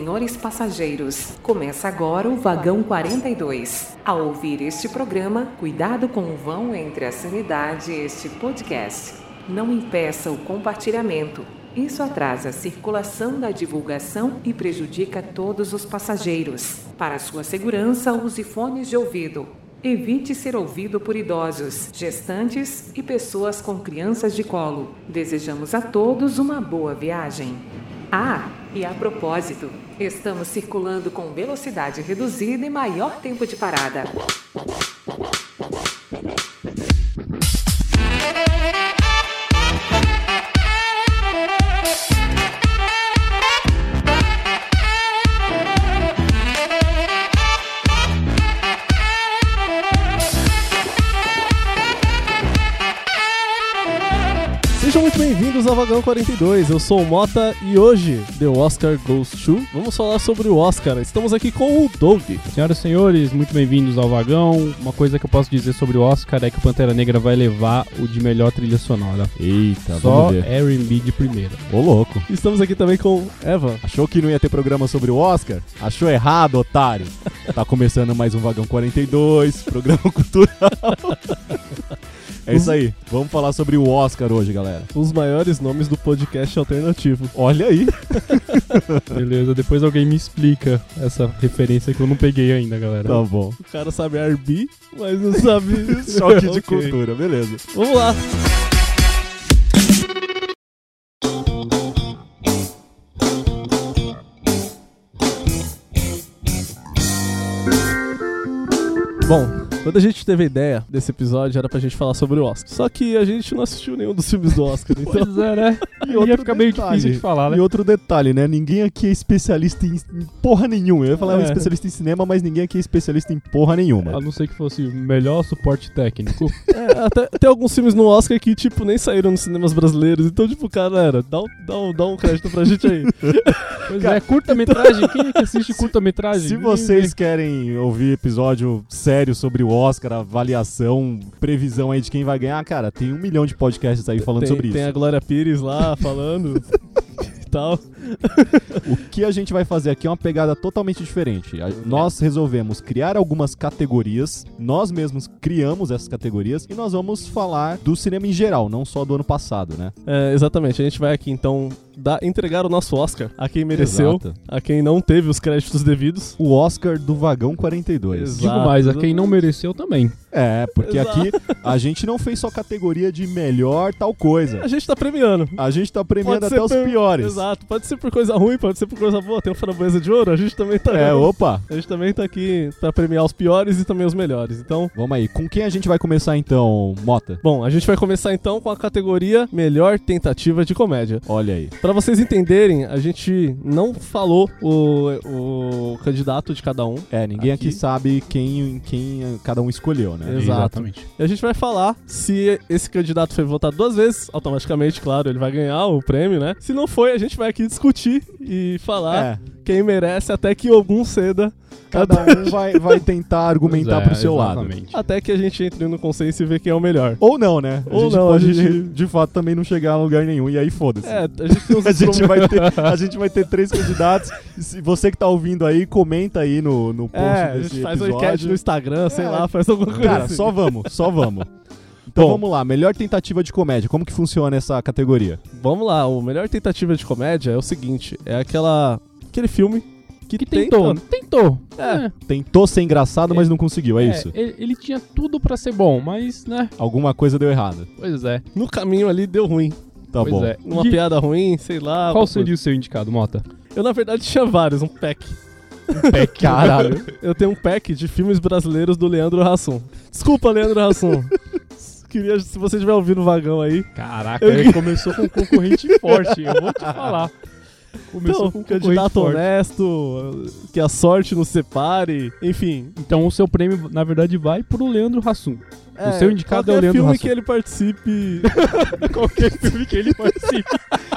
senhores passageiros, começa agora o Vagão 42. Ao ouvir este programa, cuidado com o vão entre a sanidade e este podcast. Não impeça o compartilhamento. Isso atrasa a circulação da divulgação e prejudica todos os passageiros. Para sua segurança, use fones de ouvido. Evite ser ouvido por idosos, gestantes e pessoas com crianças de colo. Desejamos a todos uma boa viagem. Ah, e a propósito, estamos circulando com velocidade reduzida e maior tempo de parada. Sejam muito bem-vindos ao Vagão 42, eu sou o Mota e hoje, The Oscar Goes To, vamos falar sobre o Oscar. Estamos aqui com o Doug. Senhoras e senhores, muito bem-vindos ao Vagão. Uma coisa que eu posso dizer sobre o Oscar é que o Pantera Negra vai levar o de melhor trilha sonora. Eita, só vamos ver. R&B de primeira. Ô louco. Estamos aqui também com Eva. Achou que não ia ter programa sobre o Oscar? Achou errado, otário. Tá começando mais um Vagão 42, programa cultural. É isso aí, vamos falar sobre o Oscar hoje, galera. Os maiores nomes do podcast alternativo. Olha aí. Beleza, depois alguém me explica essa referência que eu não peguei ainda, galera. Tá bom. O cara sabe R&B, mas não sabe Choque de cultura, beleza. Vamos lá. Bom, quando a gente teve a ideia desse episódio, era pra gente falar sobre o Oscar. Só que a gente não assistiu nenhum dos filmes do Oscar, então... Pois é, né? E ia ficar meio difícil de falar, né? E outro detalhe, né? Ninguém aqui é especialista em porra nenhuma. Eu ia falar especialista em cinema, mas ninguém aqui é especialista em porra nenhuma. A não ser que fosse melhor suporte técnico. Até tem alguns filmes no Oscar que, tipo, nem saíram nos cinemas brasileiros. Então, tipo, cara, dá um crédito pra gente aí. Pois cara, é, curta-metragem. Quem é que assiste curta-metragem? Se vocês querem ouvir episódio sério sobre o Oscar, avaliação, previsão aí de quem vai ganhar, cara, tem 1 milhão de podcasts aí falando sobre isso. Tem a Glória Pires lá falando e tal. O que a gente vai fazer aqui é uma pegada totalmente diferente. Nós resolvemos criar algumas categorias, nós mesmos criamos essas categorias e nós vamos falar do cinema em geral, não só do ano passado, né? Exatamente, a gente vai aqui então entregar o nosso Oscar a quem mereceu, Exato. A quem não teve os créditos devidos. O Oscar do Vagão 42. Exato. Digo mais, a quem não mereceu também. Porque Exato. Aqui a gente não fez só categoria de melhor tal coisa. A gente tá premiando. A gente tá premiando até os piores. Exato, pode ser por coisa ruim, pode ser por coisa boa. Tem o Framboesa de Ouro, a gente também tá... Opa! A gente também tá aqui pra premiar os piores e também os melhores, então... Vamos aí, com quem a gente vai começar então, Mota? Bom, a gente vai começar então com a categoria Melhor Tentativa de Comédia. Olha aí. Pra vocês entenderem, a gente não falou o candidato de cada um. Ninguém aqui sabe quem cada um escolheu, né? Exatamente. E a gente vai falar se esse candidato foi votado 2 vezes, automaticamente, claro, ele vai ganhar o prêmio, né? Se não foi, a gente vai aqui discutir e falar quem merece até que algum ceda. Cada um vai tentar argumentar pro seu exatamente. lado. Até que a gente entre no consenso e vê quem é o melhor. Ou não, né? Ou a gente de fato também não chegar a lugar nenhum. E aí foda-se. A gente tem uns a gente vai ter 3 candidatos. Se você que tá ouvindo aí, comenta aí no post desse episódio. A gente faz uma enquete no Instagram, sei lá, faz alguma coisa Cara, assim. só vamos. Então vamos lá, melhor tentativa de comédia. Como que funciona essa categoria? Vamos lá, o melhor tentativa de comédia é o seguinte, é aquele filme que tentou. Tentou ser engraçado, mas não conseguiu, é isso? Ele tinha tudo pra ser bom, mas, né? Alguma coisa deu errado. Pois é. No caminho ali deu ruim. Tá bom. Uma piada ruim, sei lá. Qual seria o seu indicado, Mota? Eu, na verdade, tinha vários, um pack. Caralho. Eu tenho um pack de filmes brasileiros do Leandro Hassum. Desculpa, Leandro Hassum. Queria, se você estiver ouvindo o Vagão aí... Caraca, ele começou com um concorrente forte, eu vou te falar. Começou com um candidato honesto, que a sorte nos separe, enfim. Então o seu prêmio, na verdade, vai pro Leandro Hassum. O seu indicado é o Leandro Hassum. Qualquer filme que ele participe... Qualquer filme que ele participe.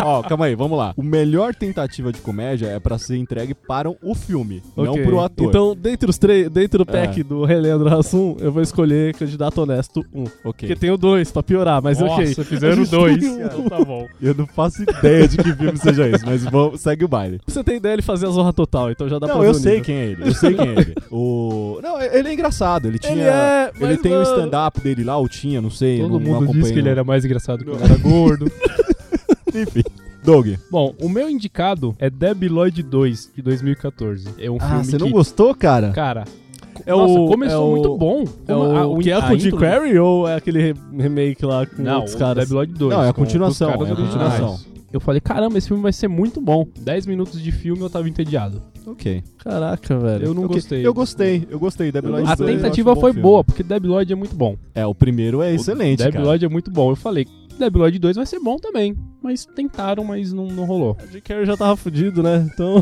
Ó, calma aí, vamos lá. O melhor tentativa de comédia é pra ser entregue para o filme, não Ok. pro ator. Então, dentre do pack do Rei Leandro Hassum, eu vou escolher Candidato Honesto 1. Ok. Porque tem o 2 pra piorar, mas ok. Nossa, fizeram A gente 2. tem um. Então tá bom. Eu não faço ideia de que filme seja esse, mas segue o baile. Pra você ter ideia, ele fazia a Zorra Total, então já dá pra Não, ver eu o sei nível. quem é ele. Eu sei quem é ele. Não, ele é engraçado. Ele mas, tem o mano, stand-up dele lá, ou tinha, não sei. Todo não mundo acompanhei, disse que ele não. era mais engraçado quando era gordo. Enfim. Doug. Bom, o meu indicado é Debi Lloyd 2, de 2014. É um filme Você que... não gostou, cara? Cara, É nossa, o- começou é o- muito bom. O que é com o Jim Carrey ou é aquele remake lá com Não, outros caras? Debi Lloyd 2. Não, é a com continuação, os caras é a originais. continuação. Eu falei, caramba, esse filme vai ser muito bom. 10 minutos de filme eu tava entediado. Ok. Caraca, velho. Eu não Ok. gostei. Eu gostei. Debi Lloyd A 2 eu tentativa acho um foi bom boa, filme. porque Debi Lloyd é muito bom. É, o primeiro é excelente, Debi cara. Lloyd é muito bom. Eu falei, Debi Lloyd 2 vai ser bom também. Mas tentaram, mas não rolou. O Jim Carrey já tava fudido, né? Então...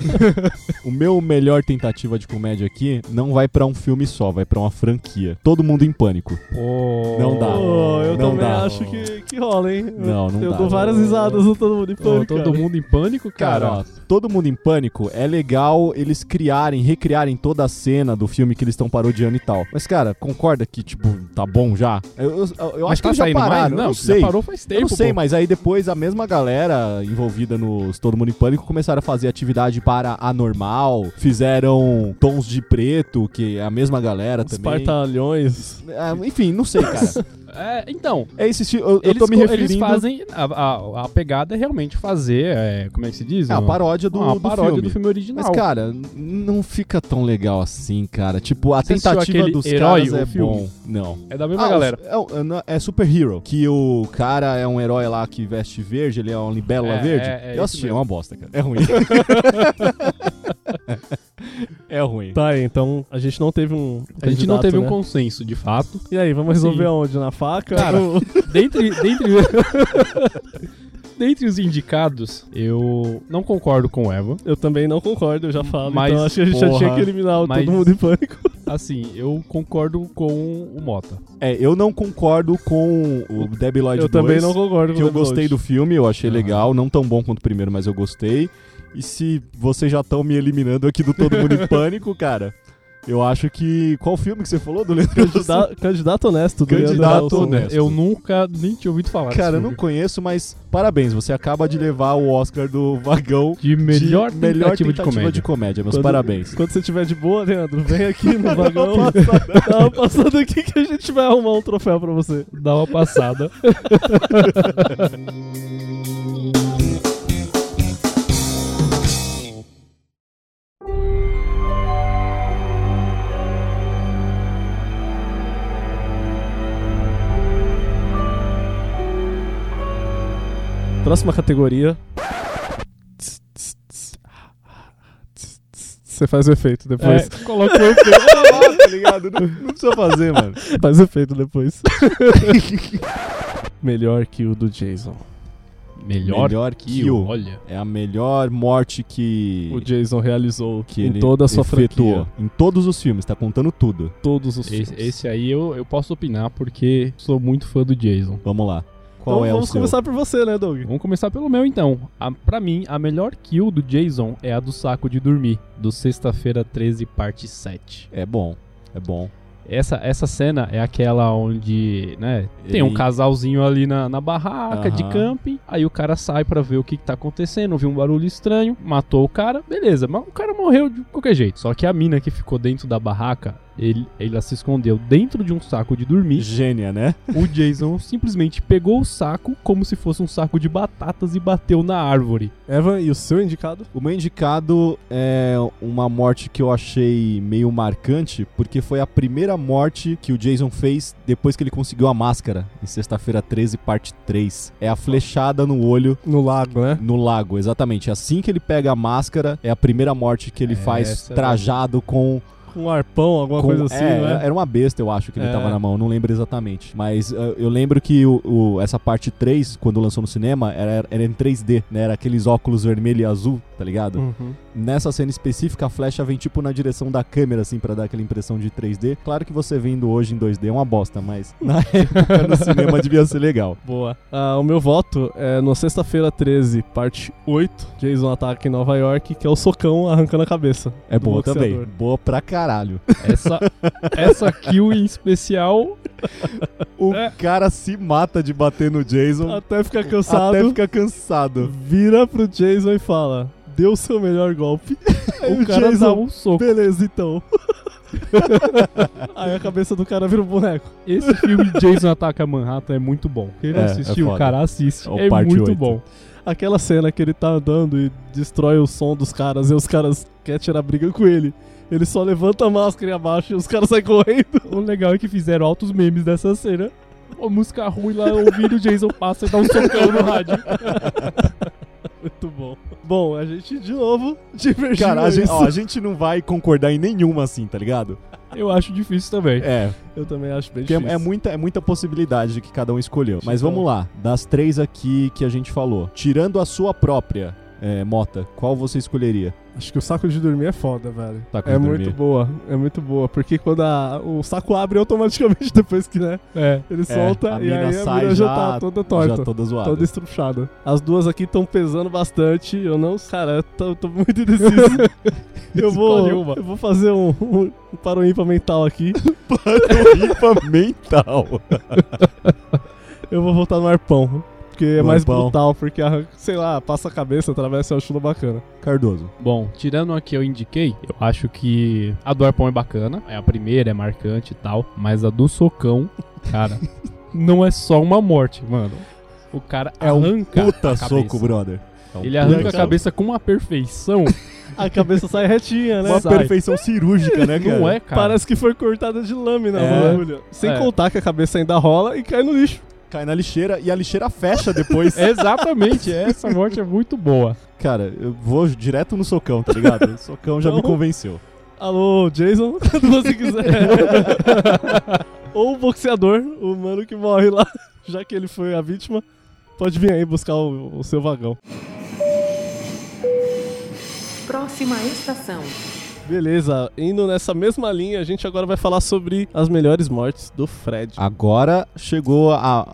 O meu melhor tentativa de comédia aqui não vai pra um filme só, vai pra uma franquia. Todo Mundo em Pânico. Pô, Não dá. Pô, eu Não também dá. acho que rola, hein? Não Eu dá. dou várias risadas no Todo Mundo em Pânico, Todo cara. mundo em pânico, Cara, cara. ó, Todo Mundo em Pânico é legal eles recriarem toda a cena do filme que eles estão parodiando e tal. Mas, cara, concorda que, tipo, tá bom já? Eu Mas acho que eles já saindo pararam, mais? eu Não, não sei. já parou faz tempo. Eu não sei, pô. mas aí depois a mesma galera envolvida nos Todo Mundo em Pânico começaram a fazer atividade para anormal, fizeram Tons de Preto, que é a mesma galera Os também. Espartalhões. Enfim, não sei, cara. Então, É esse estilo, eu eles, tô me referindo... eles fazem... A pegada é realmente fazer... como é que se diz? É a paródia do, Uma do paródia filme. do filme original. Mas, cara, não fica tão legal assim, cara. Tipo, a Você assistiu tentativa aquele dos Herói, caras o é filme? bom. Não. É da mesma galera. É Super Hero, que o cara é um herói lá que veste verde, ele é uma libélula verde. é Eu esse assisti, é mesmo. uma bosta, cara. É ruim. É ruim. Tá aí, então a gente não teve um A gente não candidato, teve um né? consenso, de fato. E aí, vamos resolver Sim. aonde? Na faca? Cara, No- Dentre os indicados, eu não concordo com o Eva. Eu também não concordo, eu já falo. Mas, então acho que a gente já porra, tinha que eliminar o mas- Todo Mundo em Pânico. Assim, eu concordo com o Mota. Eu não concordo com o Debi Lloyd 2. Eu também não concordo com Que o eu gostei do filme, eu achei Aham. legal. Não tão bom quanto o primeiro, mas eu gostei. E se vocês já estão me eliminando aqui do Todo Mundo em Pânico, cara... Eu acho que... Qual filme que você falou do Leandro? Candidato honesto. do Candidato Leandro Hassum. honesto. Eu nunca nem tinha ouvido falar Cara, eu desse não filme. conheço, mas parabéns, você acaba de levar o Oscar do Vagão De melhor de tentativa de comédia. Meus Quando- parabéns. Quando você tiver de boa, Leandro, vem aqui no vagão. Dá uma passada aqui que a gente vai arrumar um troféu pra você. Dá uma passada. Próxima categoria. Você faz o efeito depois. Coloca o efeito. Tá ligado? Não precisa fazer, mano. Faz o efeito depois. Melhor que o do Jason. Melhor kill. Olha. É a melhor morte que O Jason realizou que em ele toda a sua efetuou. franquia. Em todos os filmes, tá contando tudo. Todos os filmes. Esse aí eu posso opinar porque sou muito fã do Jason. Vamos lá. Qual Então é o vamos seu? começar por você, né, Doug? Vamos começar pelo meu então. Pra mim, a melhor kill do Jason é a do saco de dormir, do Sexta-feira 13, parte 7. É bom. É bom. Essa cena é aquela onde, né, tem um Ele- casalzinho ali na barraca de Aham. camping, aí o cara sai pra ver o que tá acontecendo, ouviu um barulho estranho, matou o cara, beleza, mas o cara morreu de qualquer jeito. Só que a mina que ficou dentro da barraca, ela se escondeu dentro de um saco de dormir. Gênia, né? O Jason simplesmente pegou o saco como se fosse um saco de batatas e bateu na árvore. Evan, e o seu indicado? O meu indicado é uma morte que eu achei meio marcante, porque foi a primeira morte que o Jason fez depois que ele conseguiu a máscara, em Sexta-feira 13, parte 3. É a flechada no olho No lago, né? no lago, exatamente. Assim que ele pega a máscara, é a primeira morte que ele faz Essa é trajado com Com um arpão, alguma coisa assim, né? Era uma besta, eu acho, que ele tava na mão, não lembro exatamente. Mas eu lembro que essa parte 3, quando lançou no cinema, era em 3D, né? Era aqueles óculos vermelho e azul, tá ligado? Uhum. Nessa cena específica, a flecha vem tipo na direção da câmera, assim, pra dar aquela impressão de 3D. Claro que você vendo hoje em 2D é uma bosta, mas na época no cinema devia ser legal. Boa. O meu voto é no Sexta-feira 13, parte 8, Jason ataca em Nova York, que é o socão arrancando a cabeça. É boa boxeador. também. Boa pra caralho. Essa kill em especial... O cara se mata de bater no Jason. Até ficar cansado. Vira pro Jason e fala: dê o seu melhor golpe. Aí o cara dá um soco. Beleza, então. Aí a cabeça do cara vira um boneco. Esse filme Jason Ataca Manhattan é muito bom. Quem não assistiu, o cara assiste. É muito 8. Bom. Aquela cena que ele tá andando e destrói o som dos caras e os caras querem tirar briga com ele. Ele só levanta a máscara e abaixa e os caras saem correndo. O legal é que fizeram altos memes dessa cena. A música ruim lá, ouvindo o Jason passa e dá um socão no rádio. Muito bom. Bom, a gente de novo divergiu. Cara, a gente não vai concordar em nenhuma assim, tá ligado? Eu acho difícil também. Eu também acho bem difícil. Porque é muita possibilidade de que cada um escolheu. Mas vamos lá, das 3 aqui que a gente falou. Tirando a sua própria, Mota, qual você escolheria? Acho que o saco de dormir é foda, velho. É muito boa. Porque quando o saco abre automaticamente depois que, né? Ele solta e aí a mina já tá toda torta. Já toda zoada. Toda estruchada. As duas aqui estão pesando bastante. Eu não... Cara, eu tô muito indeciso. eu vou fazer um paroímpa mental aqui. Paroímpa mental. Eu vou voltar no arpão. Porque é mais arpão. brutal, porque, sei lá, passa a cabeça, atravessa o chulo bacana. Cardoso. Bom, tirando a que eu indiquei, eu acho que a do arpão é bacana. É a primeira, é marcante e tal. Mas a do socão, cara, não é só uma morte, mano. O cara arranca puta soco, brother. Ele arranca a cabeça com uma perfeição. A cabeça sai retinha, né? Uma perfeição cirúrgica, né, cara? Não é, cara? Parece que foi cortada de lâmina, mano. Sem contar que a cabeça ainda rola e cai no lixo. Cai na lixeira e a lixeira fecha depois. Exatamente, essa morte é muito boa. Cara, eu vou direto no socão, tá ligado? O socão já me convenceu. Alô, Jason, quando você quiser. Ou o boxeador, o mano que morre lá, já que ele foi a vítima, pode vir aí buscar o seu vagão. Próxima estação. Beleza, indo nessa mesma linha, a gente agora vai falar sobre as melhores mortes do Fred. Agora chegou a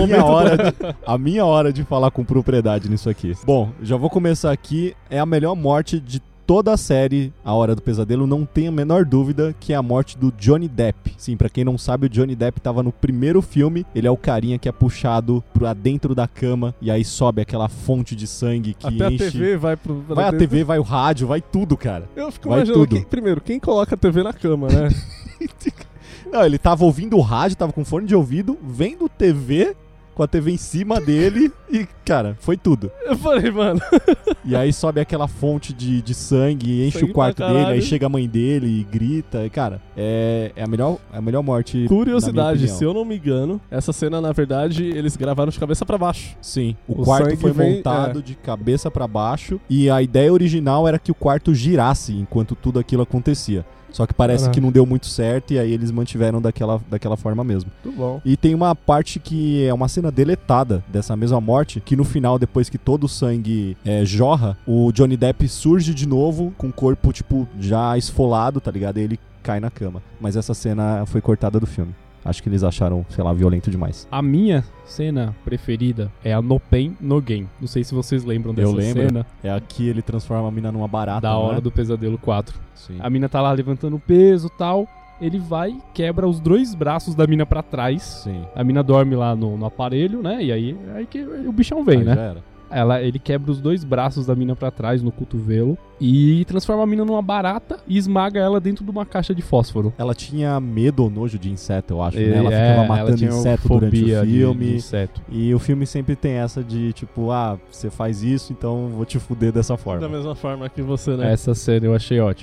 minha hora de falar com propriedade nisso aqui. Bom, já vou começar aqui. É a melhor morte de toda a série A Hora do Pesadelo, não tem a menor dúvida que é a morte do Johnny Depp. Sim, pra quem não sabe, o Johnny Depp tava no primeiro filme, ele é o carinha que é puxado pra dentro da cama e aí sobe aquela fonte de sangue que até enche... a TV vai pro... Vai a TV, vai o rádio, vai tudo, cara. Eu fico imaginando, primeiro, quem coloca a TV na cama, né? Não, ele tava ouvindo o rádio, tava com fone de ouvido, vendo TV... com a TV em cima dele e, cara, foi tudo. Eu falei, mano... E aí sobe aquela fonte de sangue, enche o quarto dele, aí chega a mãe dele e grita. E, cara, é a melhor morte. Curiosidade, se eu não me engano, essa cena, na verdade, eles gravaram de cabeça pra baixo. Sim, o quarto foi montado de cabeça pra baixo e a ideia original era que o quarto girasse enquanto tudo aquilo acontecia. Só que parece que não deu muito certo e aí eles mantiveram daquela forma mesmo. Muito bom. E tem uma parte que é uma cena deletada dessa mesma morte, que no final, depois que todo o sangue jorra, o Johnny Depp surge de novo com o corpo, tipo, já esfolado, tá ligado? E ele cai na cama. Mas essa cena foi cortada do filme. Acho que eles acharam, sei lá, violento demais. A minha cena preferida é a No Pain, No Gain. Não sei se vocês lembram dessa cena. É aqui ele transforma a mina numa barata, da Hora do Pesadelo 4. Sim. A mina tá lá levantando peso e tal. Ele vai e quebra os 2 braços da mina pra trás. Sim. A mina dorme lá no aparelho, né? E aí que o bichão vem, né? Já era. Ele quebra os 2 braços da mina pra trás, no cotovelo, e transforma a mina numa barata e esmaga ela dentro de uma caixa de fósforo. Ela tinha medo ou nojo de inseto, eu acho, né? Ela ficava matando inseto durante o filme. De inseto. E o filme sempre tem essa de, tipo, você faz isso, então vou te fuder dessa forma. Da mesma forma que você, né? Essa cena eu achei ótima.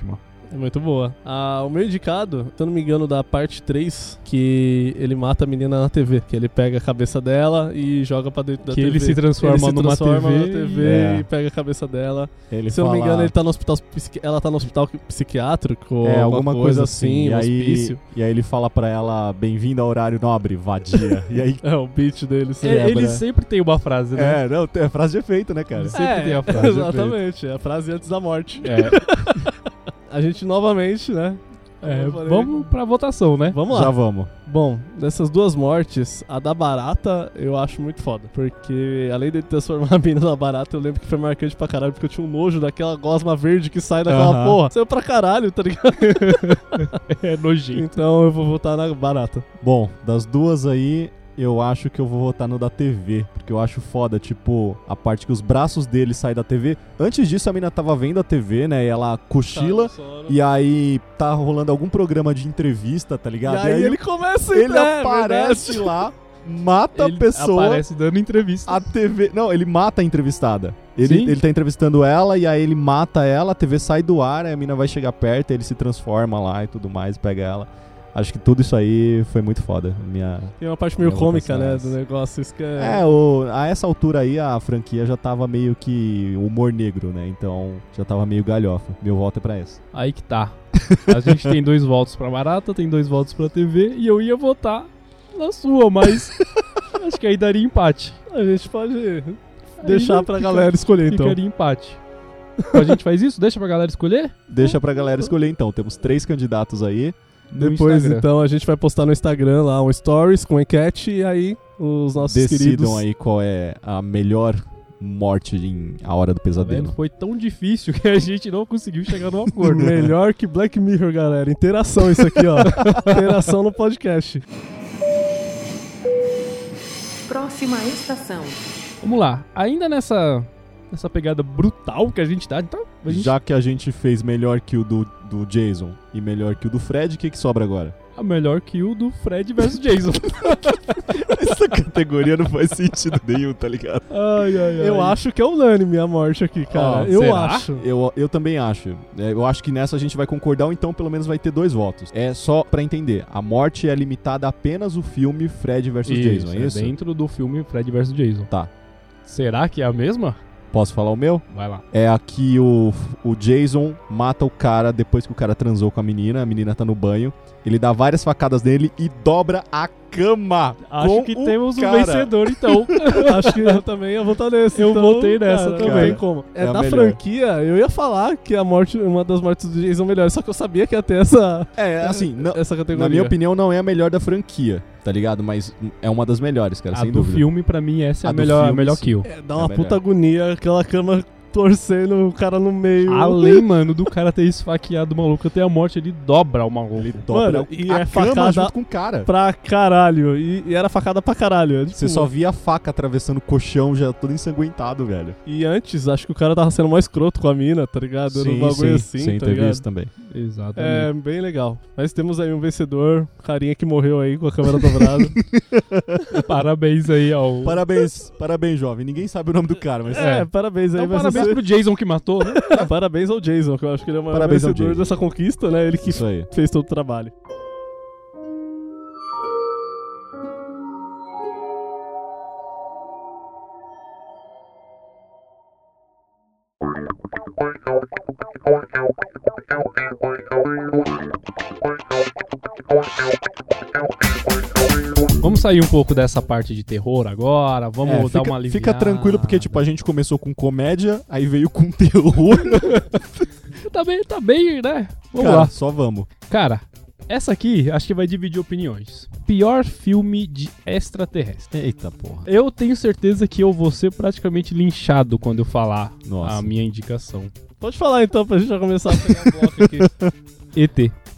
É muito boa. O meu indicado, se eu não me engano, da parte 3, que ele mata a menina na TV. Que ele pega a cabeça dela e joga pra dentro da que TV. ele se transforma numa TV e pega a cabeça dela. Ele se eu não me engano, ele tá no hospital, ela tá no hospital psiquiátrico ou alguma coisa assim. um hospício. E aí ele fala pra ela, bem-vindo ao horário nobre, vadia. E aí... É, o beat dele se Ele sempre tem uma frase, né? Não, é frase de efeito, né, cara? Ele sempre tem a frase. Exatamente, é a frase antes da morte. A gente novamente, né? Vamos pra votação, né? Vamos lá. Já vamos. Bom, dessas duas mortes, a da barata eu acho muito foda. Porque além de transformar a mina na barata, eu lembro que foi marcante pra caralho, porque eu tinha um nojo daquela gosma verde que sai daquela porra. Saiu pra caralho, tá ligado? É nojento. Então eu vou votar na barata. Bom, das duas aí, eu acho que eu vou votar no da TV, porque eu acho foda, tipo, a parte que os braços dele saem da TV. Antes disso, a mina tava vendo a TV, né, e ela cochila, e aí tá rolando algum programa de entrevista, tá ligado? E aí ele começa a ele aparece lá, mata a pessoa. Aparece dando entrevista. A TV... Não, ele mata a entrevistada. Ele tá entrevistando ela, e aí ele mata ela, a TV sai do ar, aí a mina vai chegar perto, ele se transforma lá e tudo mais, pega ela. Acho que tudo isso aí foi muito foda. Tem uma parte meio cômica, né, do negócio. Isso que a essa altura aí a franquia já tava meio que humor negro, né? Então já tava meio galhofa. Meu voto é pra essa. Aí que tá. A gente tem 2 votos pra barata, tem 2 votos pra TV, e eu ia votar na sua, mas acho que aí daria empate. A gente pode deixar pra galera escolher, então. Ficaria empate. A gente faz isso? Deixa pra galera escolher? Deixa pra galera escolher, então. Temos 3 candidatos aí. Depois, então, a gente vai postar no Instagram lá um stories com enquete e aí os nossos decidam queridos... aí qual é a melhor morte em A Hora do Pesadelo. Foi tão difícil que a gente não conseguiu chegar no acordo. Melhor que Black Mirror, galera. Interação isso aqui, ó. Interação no podcast. Próxima estação. Vamos lá. Ainda nessa pegada brutal que a gente tá, então... Já que a gente fez melhor que o do Jason e melhor que o do Fred, o que sobra agora? A melhor que o do Fred versus Jason. Essa categoria não faz sentido nenhum, tá ligado? Eu acho que é unânime a morte aqui, cara. Acho. Eu também acho. Eu acho que nessa a gente vai concordar, ou então pelo menos vai ter 2 votos. É só pra entender, a morte é limitada a apenas o filme Fred versus Jason, é isso? Dentro do filme Fred versus Jason. Tá. Será que é a mesma? Posso falar o meu? Vai lá. É aqui o Jason mata o cara depois que o cara transou com a menina tá no banho. Ele dá várias facadas nele e dobra a cama. Acho que temos um vencedor, então. Acho que eu também ia votar nesse. Eu então, votei nessa cara, também. Como? É da melhor. franquia, eu ia falar que uma das mortes do Jason melhor, só que eu sabia que ia ter essa categoria. Na minha opinião, não é a melhor da franquia, tá ligado? Mas é uma das melhores, cara, sem dúvida. A do filme, pra mim, essa é a do melhor filme, kill. Dá uma puta agonia, aquela cama torcendo o cara no meio. Além, mano, do cara ter esfaqueado o maluco até a morte, ele dobra o maluco. Ele dobra mano, e a cama junto com o cara. Pra caralho. E era facada pra caralho. Você só via a faca atravessando o colchão já todo ensanguentado, velho. E antes, acho que o cara tava sendo mais escroto com a mina, tá ligado? Era um bagulho assim, sim, tá teve ligado? isso também. Exatamente. É, bem legal. Mas temos aí um vencedor, carinha que morreu aí com a câmera dobrada. Parabéns aí ao... Parabéns, jovem. Ninguém sabe o nome do cara, mas... Parabéns aí. Então, parabéns pro Jason que matou, né? Parabéns ao Jason, que eu acho que ele é o maior Parabéns vencedor dessa conquista, né? Ele que fez todo o trabalho. Vamos sair um pouco dessa parte de terror agora, vamos dar uma aliviada. Fica tranquilo porque, tipo, a gente começou com comédia, aí veio com terror. Tá bem, né? Vamos lá. lá. Só vamos. Cara, essa aqui acho que vai dividir opiniões. Pior filme de extraterrestre. Eita porra. Eu tenho certeza que eu vou ser praticamente linchado quando eu falar a minha indicação. Pode falar então pra gente já começar a pegar o bloco aqui. ET.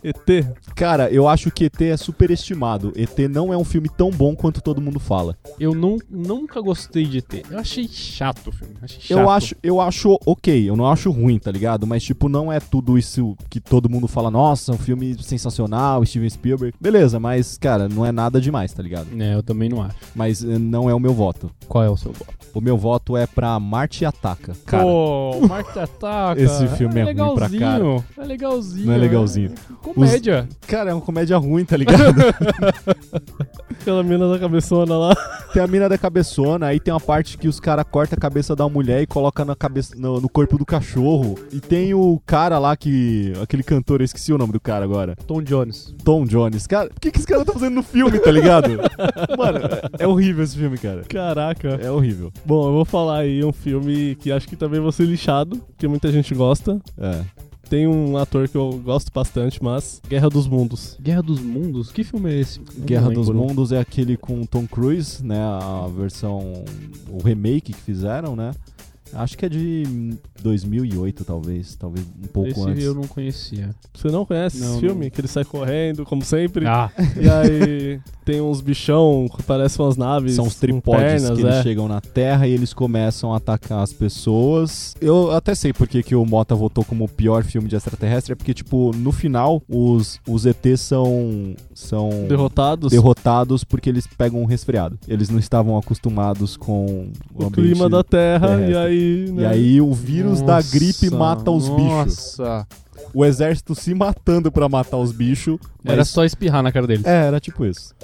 ET? Cara, eu acho que ET é superestimado. ET não é um filme tão bom quanto todo mundo fala. Eu nunca gostei de ET. Eu achei chato o filme. Achei chato. Eu acho ok, eu não acho ruim, tá ligado? Mas, tipo, não é tudo isso que todo mundo fala, nossa, um filme sensacional, Steven Spielberg. Beleza, mas, cara, não é nada demais, tá ligado? É, eu também não acho. Mas não é o meu voto. Qual é o seu voto? O meu voto é pra Marte Ataca. Cara, Pô, Marte Ataca. esse filme é ruim pra cara. É legalzinho. Não é legalzinho. Comédia. Cara, é uma comédia ruim, tá ligado? Aquela mina da cabeçona lá. Tem a mina da cabeçona, aí tem uma parte que os caras cortam a cabeça da mulher e colocam na cabeça, no corpo do cachorro. E tem o cara lá que... Aquele cantor, eu esqueci o nome do cara agora. Tom Jones. Tom Jones. Cara, o que esse cara tá fazendo no filme, tá ligado? Mano, é horrível esse filme, cara. Caraca. É horrível. Bom, eu vou falar aí um filme que acho que também vai ser lixado, que muita gente gosta. É. Tem um ator que eu gosto bastante, mas... Guerra dos Mundos. Guerra dos Mundos? Que filme é esse? Guerra dos Mundos é aquele com Tom Cruise, né? A versão... O remake que fizeram, né? Acho que é de 2008, talvez um pouco esse antes. eu não conhecia. Você não conhece esse filme? Que ele sai correndo, como sempre. Ah. E aí tem uns bichão que parecem umas naves. São os tripodes pernas, que eles chegam na Terra e eles começam a atacar as pessoas. Eu até sei porque que o Mota votou como o pior filme de extraterrestre. É porque, tipo, no final, os ETs são derrotados porque eles pegam um resfriado. Eles não estavam acostumados com o clima da Terra terrestre. E aí o vírus da gripe mata os bichos. Nossa. O exército se matando pra matar os bichos. Era só espirrar na cara deles. Era tipo isso.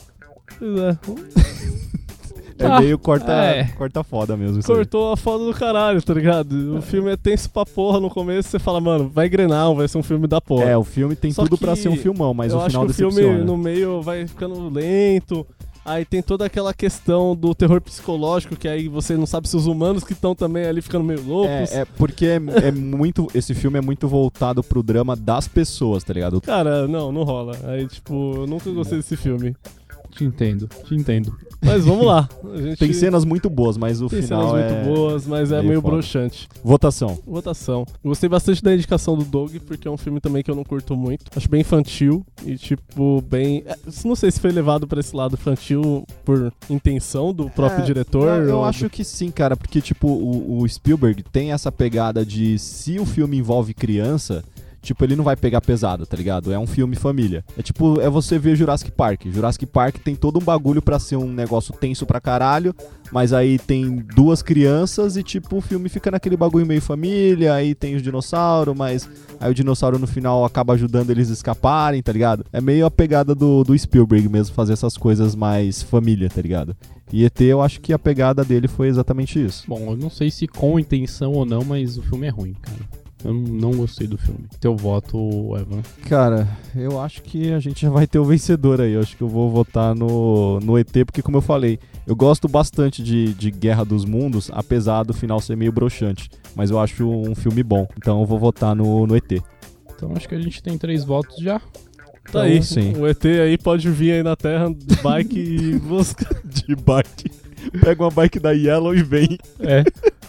É meio corta foda mesmo. Cortou a foda do caralho, tá ligado? O filme é tenso pra porra no começo, você fala, mano, vai engrenar, vai ser um filme da porra. É, o filme tem tudo pra ser um filmão, mas o final decepciona. Eu acho que o filme no meio vai ficando lento. Aí tem toda aquela questão do terror psicológico, que aí você não sabe se os humanos que estão também ali ficando meio loucos. Porque é muito... Esse filme é muito voltado pro drama das pessoas, tá ligado? Cara, não rola. Aí, tipo, eu nunca gostei desse filme. Te entendo. Mas vamos lá. Tem cenas muito boas, mas o final Tem cenas muito boas, mas é meio broxante. Votação. Gostei bastante da indicação do Doug, porque é um filme também que eu não curto muito. Acho bem infantil e, tipo, bem... Não sei se foi levado pra esse lado infantil por intenção do próprio diretor. Eu acho que sim, cara, porque, tipo, o Spielberg tem essa pegada de se o filme envolve criança... Tipo, ele não vai pegar pesado, tá ligado? É um filme família. É tipo, é você ver Jurassic Park. Jurassic Park tem todo um bagulho pra ser um negócio tenso pra caralho, mas aí tem duas crianças e, tipo, o filme fica naquele bagulho meio família, aí tem os dinossauros, mas aí o dinossauro no final acaba ajudando eles a escaparem, tá ligado? É meio a pegada do Spielberg mesmo, fazer essas coisas mais família, tá ligado? E ET, eu acho que a pegada dele foi exatamente isso. Bom, eu não sei se com intenção ou não, mas o filme é ruim, cara. Eu não gostei do filme. Teu voto, Evan? Cara, eu acho que a gente já vai ter o vencedor aí. Eu acho que eu vou votar no ET, porque como eu falei, eu gosto bastante de Guerra dos Mundos, apesar do final ser meio broxante. Mas eu acho um filme bom. Então eu vou votar no ET. Então acho que a gente tem 3 votos já. Tá aí, sim. O ET aí pode vir aí na Terra de bike e busca. De bike. Pega uma bike da Yellow e vem. É.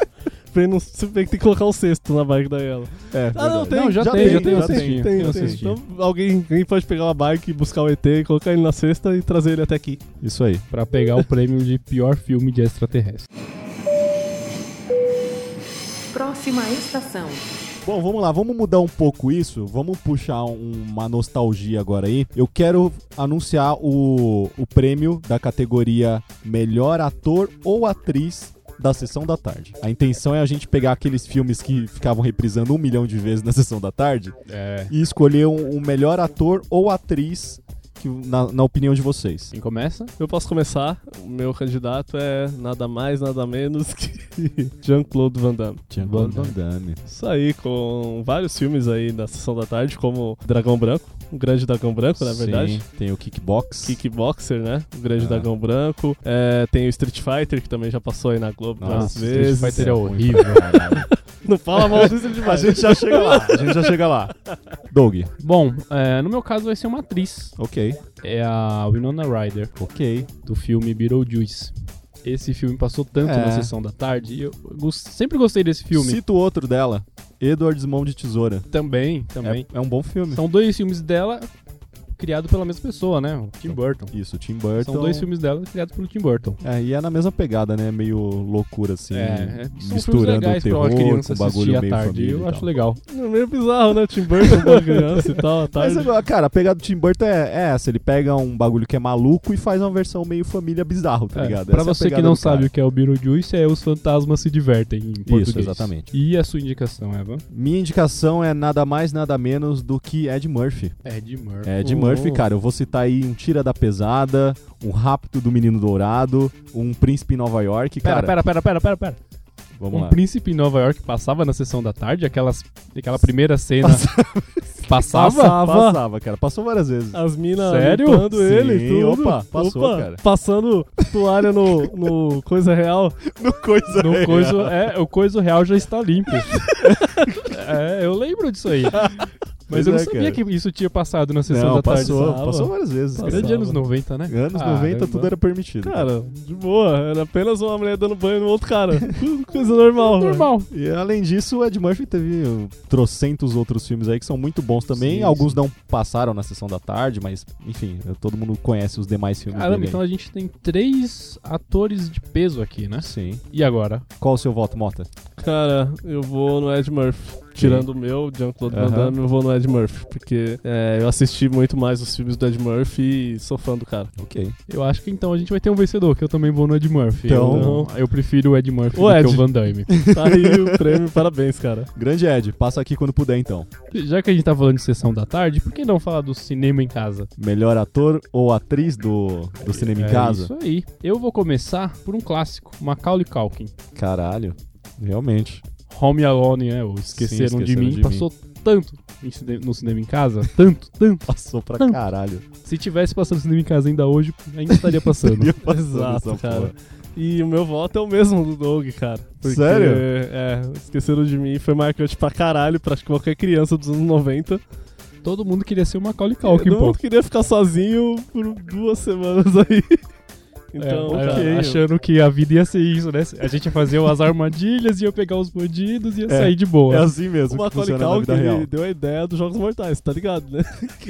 Você tem que colocar um cesto na bike da Yellow. Já tem. Então alguém pode pegar uma bike e buscar o ET, colocar ele na cesta e trazer ele até aqui. Isso aí. Pra pegar o prêmio de pior filme de extraterrestre. Próxima estação. Bom, vamos lá, vamos mudar um pouco isso, vamos puxar uma nostalgia agora aí. Eu quero anunciar o prêmio da categoria Melhor Ator ou Atriz da Sessão da Tarde. A intenção é a gente pegar aqueles filmes que ficavam reprisando 1 milhão de vezes na Sessão da Tarde e escolher um melhor ator ou atriz que, na opinião de vocês. Quem começa? Eu posso começar. O meu candidato é nada mais, nada menos que Jean-Claude Van Damme. Jean-Claude Van Damme. Isso aí, com vários filmes aí na Sessão da Tarde, como Dragão Branco, o Grande Dragão Branco, na verdade. Sim, tem o Kickboxer, né? O Grande Dragão Branco. Tem o Street Fighter, que também já passou aí na Globo várias vezes. Street Fighter é horrível, Não fala mal do Street Fighter. A gente já chega lá. Doug. Bom, no meu caso vai ser uma atriz. Ok. É a Winona Ryder. Ok. Do filme Beetlejuice. Esse filme passou tanto na Sessão da Tarde e eu sempre gostei desse filme. Cito outro dela. Edward Mão de Tesoura. Também. É um bom filme. São 2 filmes dela criados pela mesma pessoa, né? O Tim Burton. Isso, Tim Burton. São 2 filmes dela criados pelo Tim Burton. E é na mesma pegada, né? Meio loucura, assim. São misturando legais terror pra uma criança com bagulho assistir meio à tarde. família Eu e acho tal. legal. É meio bizarro, né? Tim Burton com uma criança e tal, à tarde. Mas, cara, a pegada do Tim Burton é essa. Ele pega um bagulho que é maluco e faz uma versão meio família bizarro, tá ligado? Pra Essa é a você que pegada não do cara. sabe o que é o Beetlejuice, Os Fantasmas Se Divertem, em português. Isso, exatamente. E a sua indicação, Eva? Minha indicação é nada mais, nada menos do que Ed Murphy. Ed Murphy. Ed Murphy, cara, eu vou citar aí um Tira da Pesada, um Rapto do Menino Dourado, um Príncipe em Nova York, cara. Pera. Vamos lá. Príncipe em Nova York passava na sessão da tarde? Aquela primeira cena... Passava? Passava, cara. Passou várias vezes. As minas Sério? limpando ele e Sim, tudo. opa, passou, cara. Passando toalha no coisa real. No coisa No real. o coisa real já está limpo. Eu lembro disso aí. Mas Pois eu não é, sabia cara. que isso tinha passado na sessão Não, da tarde. passou várias vezes. Passava. Grande anos 90, né? Anos 90 tudo era permitido. Cara, de boa. Era apenas uma mulher dando banho no outro cara. Coisa normal. Normal. E além disso, o Ed Murphy teve trocentos outros filmes aí que são muito bons também. Sim, Alguns sim. não passaram na sessão da tarde, mas enfim, todo mundo conhece os demais filmes Caramba, dele. então a gente tem 3 atores de peso aqui, né? Sim. E agora? Qual o seu voto, Mota? Cara, eu vou no Ed Murphy. Tirando o meu, Jean-Claude Van Damme, eu vou no Ed Murphy. Porque eu assisti muito mais os filmes do Ed Murphy e sou fã do cara. Ok. Eu acho que então a gente vai ter um vencedor, que eu também vou no Ed Murphy. Então- eu prefiro o Ed Murphy O do Ed. que o Van Damme. Tá aí o prêmio, parabéns, cara. Grande Ed, passa aqui quando puder então. Já que a gente tá falando de sessão da tarde, por que não falar do cinema em casa? Melhor ator ou atriz do cinema em casa? Isso aí. Eu vou começar por um clássico, Macaulay Culkin. Caralho, realmente. Home Alone, o Esqueceram, Sim, de Mim. de Mim. Passou tanto no cinema em casa, tanto. Passou pra Não. caralho. Se tivesse passando no cinema em casa ainda hoje, ainda estaria passando. Ia passando Exato, essa cara. porra. E o meu voto é o mesmo do Doug, cara. Porque, Sério? Esqueceram de Mim foi marcante pra caralho pra qualquer criança dos anos 90. Todo mundo queria ser o Macaulay Culkin, Todo pô. mundo queria ficar sozinho por 2 semanas aí. Então, É, achando que a vida ia ser isso, né? A gente ia fazer as armadilhas, ia pegar os bandidos e ia sair de boa. É assim mesmo o que Macaulay funciona na Culkin vida real. ele deu a ideia dos Jogos Mortais, tá ligado, né?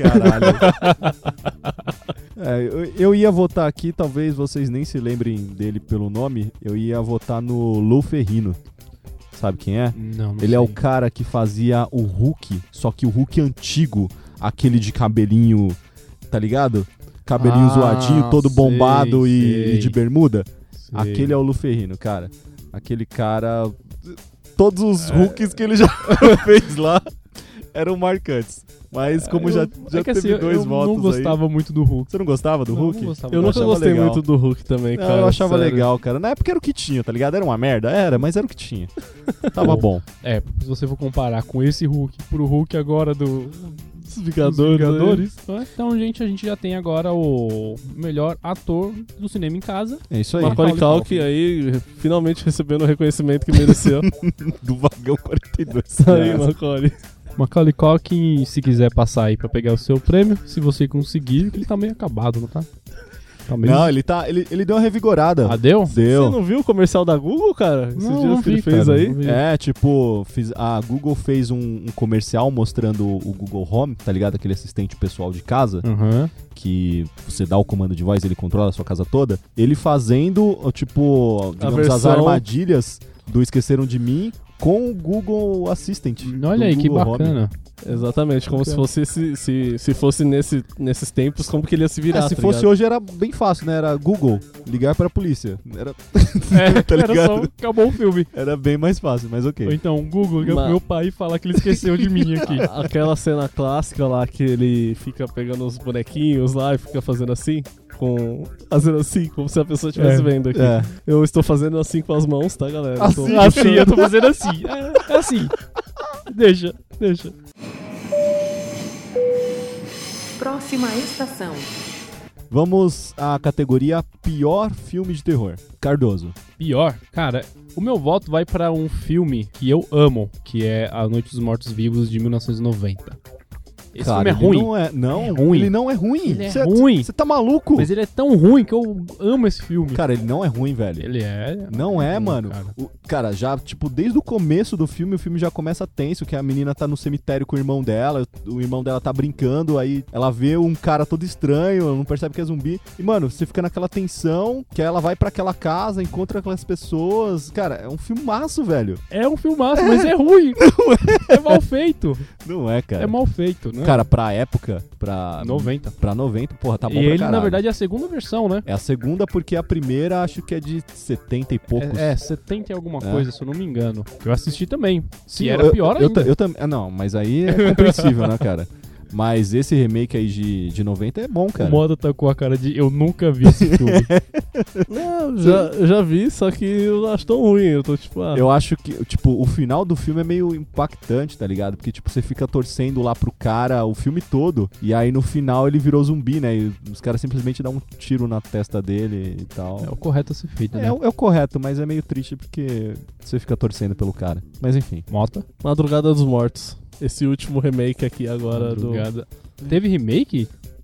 Caralho. Eu ia votar aqui, talvez vocês nem se lembrem dele pelo nome, eu ia votar no Lou Ferrigno. Sabe quem é? Não Ele é o cara que fazia o Hulk, só que o Hulk antigo, aquele de cabelinho, tá ligado? Cabelinho zoadinho, todo bombado e de bermuda. Aquele é o Lou Ferrigno, cara. Aquele cara... Todos os Hulks que ele já fez lá eram marcantes. Mas como já é que teve assim, 2 eu votos não gostava muito do Hulk. Você não gostava do Não, Hulk? não gostava. Eu nunca achava gostei legal. muito do Hulk também, Não, cara. eu achava sério. legal, cara. Na época era o que tinha, tá ligado? Era uma merda? Era, mas era o que tinha. Tava bom. É, se você for comparar com esse Hulk pro Hulk agora dos Os Vingadores. né? Então, gente, a gente já tem agora o melhor ator do cinema em casa. É isso aí. Macaulay Culkin aí, finalmente recebendo o reconhecimento que mereceu. Do Vagão 42. Aí, Macaulay. Macaulay Culkin, se quiser passar aí pra pegar o seu prêmio, se você conseguir, que ele tá meio acabado, não tá? Tá meio... Não, ele deu uma revigorada. Ah, deu? Deu. Você não viu o comercial da Google, cara? Esses dias que ele fez cara, aí? não vi. É, tipo, a Google fez um comercial mostrando o Google Home, tá ligado? Aquele assistente pessoal de casa, Aham. que você dá o comando de voz, ele controla a sua casa toda. Ele fazendo, tipo, digamos, as versão- armadilhas do Esqueceram de Mim com o Google Assistant. Olha do aí, que Google Home. bacana. Exatamente, como se fosse se fosse nesses tempos, como que ele ia se virar, Se tá fosse ligado? hoje era bem fácil, né? Era Google, ligar pra polícia. Era, tá Era ligado? só, acabou o filme. Era bem mais fácil, mas ok. Ou então, Google, liga Mas- pro meu pai e fala que ele esqueceu de mim aqui. Aquela cena clássica lá que ele fica pegando os bonequinhos lá e fica fazendo assim, fazendo assim, como se a pessoa estivesse vendo aqui. É. Eu estou fazendo assim com as mãos, tá, galera? Assim? Tô- Assim, eu tô fazendo assim. É assim. Deixa. Próxima estação. Vamos à categoria pior filme de terror. Cardoso. Pior, cara, o meu voto vai pra um filme que eu amo, que é A Noite dos Mortos-Vivos de 1990. Esse Cara, filme é ruim. Ele não é ruim. Ele é ruim. Você tá maluco? Mas ele é tão ruim que eu amo esse filme. Cara, ele não é ruim, velho. Ele é. Não é, ruim, mano. cara. Cara, já, tipo, desde o começo do filme, o filme já começa tenso, que a menina tá no cemitério com o irmão dela, o irmão dela tá brincando, aí ela vê um cara todo estranho, não percebe que é zumbi. E, mano, você fica naquela tensão, que aí ela vai pra aquela casa, encontra aquelas pessoas. Cara, é um filmaço, velho. É um filmaço, mas é ruim. É mal feito. Não é, cara. É mal feito, né? Cara, pra época, pra 90. Pra 90, porra, tá bom E pra ele, caralho. na verdade, é a segunda versão, né? É a segunda porque a primeira acho que é de 70 e poucos. 70 e alguma coisa, se eu não me engano. Eu assisti também. Sim, E era pior ainda. Eu também. Não, mas aí é compreensível, né, cara? Mas esse remake aí de 90 é bom, cara. O Moda tá com a cara de eu nunca vi esse filme. Não, já vi, só que eu não acho tão ruim. Eu tô tipo, Eu acho que, tipo, o final do filme é meio impactante, tá ligado? Porque, tipo, você fica torcendo lá pro cara o filme todo, e aí no final ele virou zumbi, né? E os caras simplesmente dão um tiro na testa dele e tal. É o correto a ser feito, né? É o correto, mas é meio triste porque você fica torcendo pelo cara. Mas enfim. Mota. Madrugada dos Mortos. Esse último remake aqui agora Madrugada. Teve remake?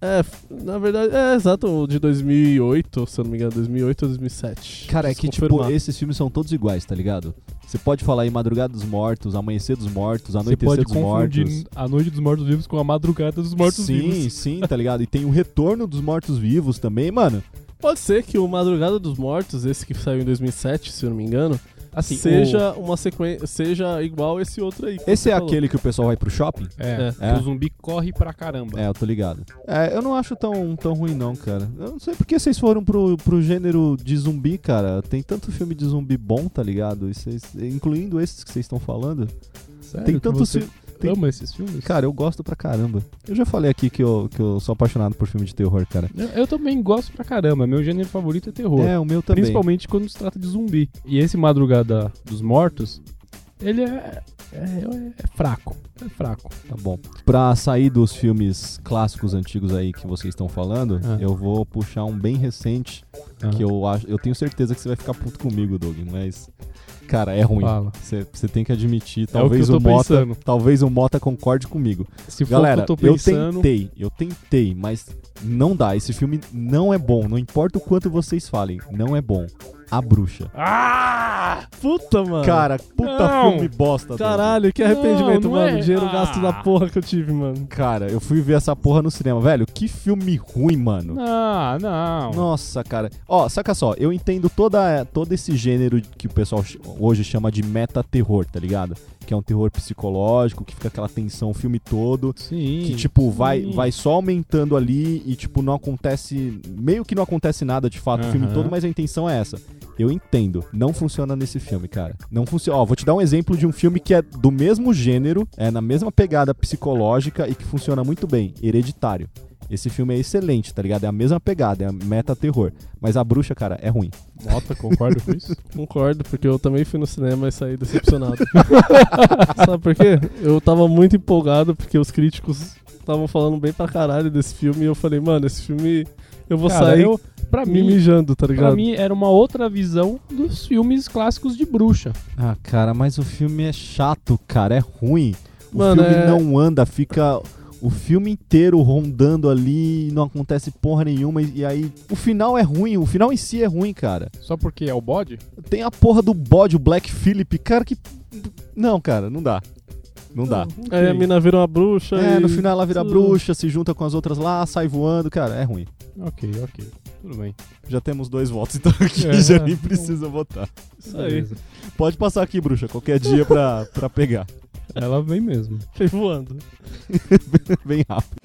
Na verdade, exato, o de 2008, se eu não me engano, 2008 ou 2007. Cara, é Preciso que, tipo, confirmar. esses filmes são todos iguais, tá ligado? Você pode falar aí Madrugada dos Mortos, Amanhecer dos Mortos, Anoitecer dos Mortos. Você pode confundir A Noite dos Mortos-Vivos com A Madrugada dos Mortos-Vivos. Sim, tá ligado? E tem o Retorno dos Mortos-Vivos também, mano. Pode ser que o Madrugada dos Mortos, esse que saiu em 2007, se eu não me engano, Assim, seja uma sequência, seja igual esse outro aí. Esse é falou. aquele que o pessoal vai pro shopping? que o zumbi corre pra caramba. Eu tô ligado. Eu não acho tão ruim não, cara. Eu não sei por que vocês foram pro gênero de zumbi, cara. Tem tanto filme de zumbi bom, tá ligado? E incluindo esses que vocês estão falando. Sério? Tem tanto Ama esses filmes? Cara, eu gosto pra caramba. Eu já falei aqui que eu sou apaixonado por filme de terror, cara. Eu também gosto pra caramba. Meu gênero favorito é terror. O meu também. Principalmente quando se trata de zumbi. E esse Madrugada dos Mortos, ele é fraco. É fraco. Tá bom. Pra sair dos filmes clássicos antigos aí que vocês estão falando, eu vou puxar um bem recente, que eu tenho certeza que você vai ficar puto comigo, Doug, mas... Cara, é ruim. Você tem que admitir. Talvez o Mota concorde comigo. Se for Galera, que eu tô pensando... eu tentei, mas não dá. Esse filme não é bom. Não importa o quanto vocês falem, não é bom. A Bruxa. Puta, mano. Cara, filme bosta. Caralho, que arrependimento, não mano. é. Dinheiro gasto da porra que eu tive, mano. Cara, eu fui ver essa porra no cinema. Velho, que filme ruim, mano. Não. Nossa, cara. Ó, saca só, eu entendo todo esse gênero que o pessoal hoje chama de meta-terror, tá ligado? Que é um terror psicológico, que fica aquela tensão o filme todo. Sim. Que, tipo, vai só aumentando ali e, tipo, não acontece... Meio que não acontece nada, de fato, o filme todo, mas a intenção é essa. Eu entendo. Não funciona nesse filme, cara. Não funciona. Ó, vou te dar um exemplo de um filme que é do mesmo gênero, é na mesma pegada psicológica e que funciona muito bem. Hereditário. Esse filme é excelente, tá ligado? É a mesma pegada, é a meta-terror. Mas A Bruxa, cara, é ruim. Mota, concorda com isso? Concordo, porque eu também fui no cinema e saí decepcionado. Sabe por quê? Eu tava muito empolgado, porque os críticos estavam falando bem pra caralho desse filme, e eu falei, mano, esse filme eu vou sair me mijando, tá ligado? Pra mim, era uma outra visão dos filmes clássicos de bruxa. Ah, cara, mas o filme é chato, cara, é ruim. O Mano, filme não anda, fica... O filme inteiro rondando ali, não acontece porra nenhuma, e aí o final é ruim, o final em si é ruim, cara. Só porque é o bode? Tem a porra do bode, o Black Phillip, cara, que... Não, cara, não dá. Não dá. Aí a mina vira uma bruxa no final ela vira bruxa, se junta com as outras lá, sai voando, cara, é ruim. Ok. Tudo bem. Já temos 2 votos, então aqui já nem precisa votar. Isso aí. Beleza. Pode passar aqui, bruxa, qualquer dia pra pegar. Ela vem mesmo. Foi voando. Bem rápido.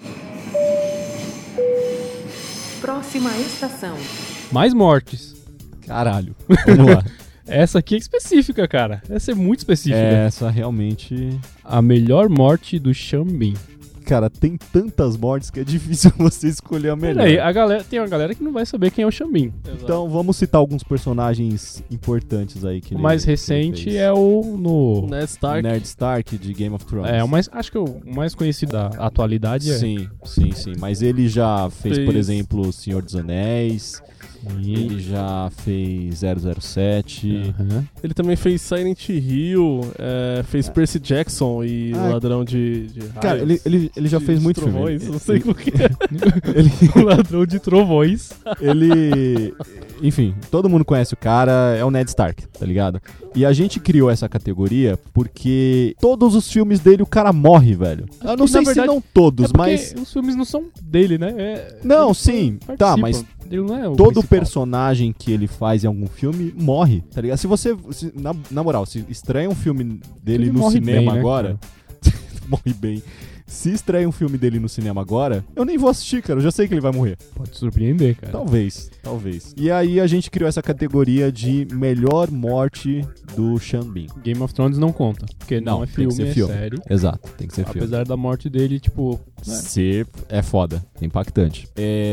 Próxima estação. Mais mortes. Caralho. Vamos lá. Essa aqui é específica, cara. Essa é muito específica. Essa realmente... A melhor morte do Sean Bean. Cara, tem tantas mortes que é difícil você escolher a melhor. Peraí, tem uma galera que não vai saber quem é o Sean Bean. Então vamos citar alguns personagens importantes aí que O mais recente é o Ned Stark de Game of Thrones. Acho que o mais conhecido da atualidade é... Sim. Mas ele já fez, por exemplo, O Senhor dos Anéis. Ele já fez 007. Ele também fez Silent Hill, fez Percy Jackson e Ladrão de Cara, Raios, ele já fez muito filme. trovões, não sei o que é. O Ladrão de Trovões. Ele... Enfim, todo mundo conhece o cara, é o Ned Stark, tá ligado? E a gente criou essa categoria porque todos os filmes dele o cara morre, velho. Eu não sei se não todos, mas... os filmes não são dele, né? Não, sim, tá, mas... Ele não é o todo principal. personagem que ele faz em algum filme morre, tá ligado? Se você, na moral, se estreia um filme dele Ele no morre cinema bem, né, agora... morre bem. Se estreia um filme dele no cinema agora, eu nem vou assistir, cara. Eu já sei que ele vai morrer. Pode surpreender, cara. Talvez. E aí a gente criou essa categoria de melhor morte do Sean Bean. Game of Thrones não conta, porque não é tem que filme, ser é filme. série. Exato, tem que ser filme. Apesar da morte dele, tipo... né? Ser é foda, é impactante.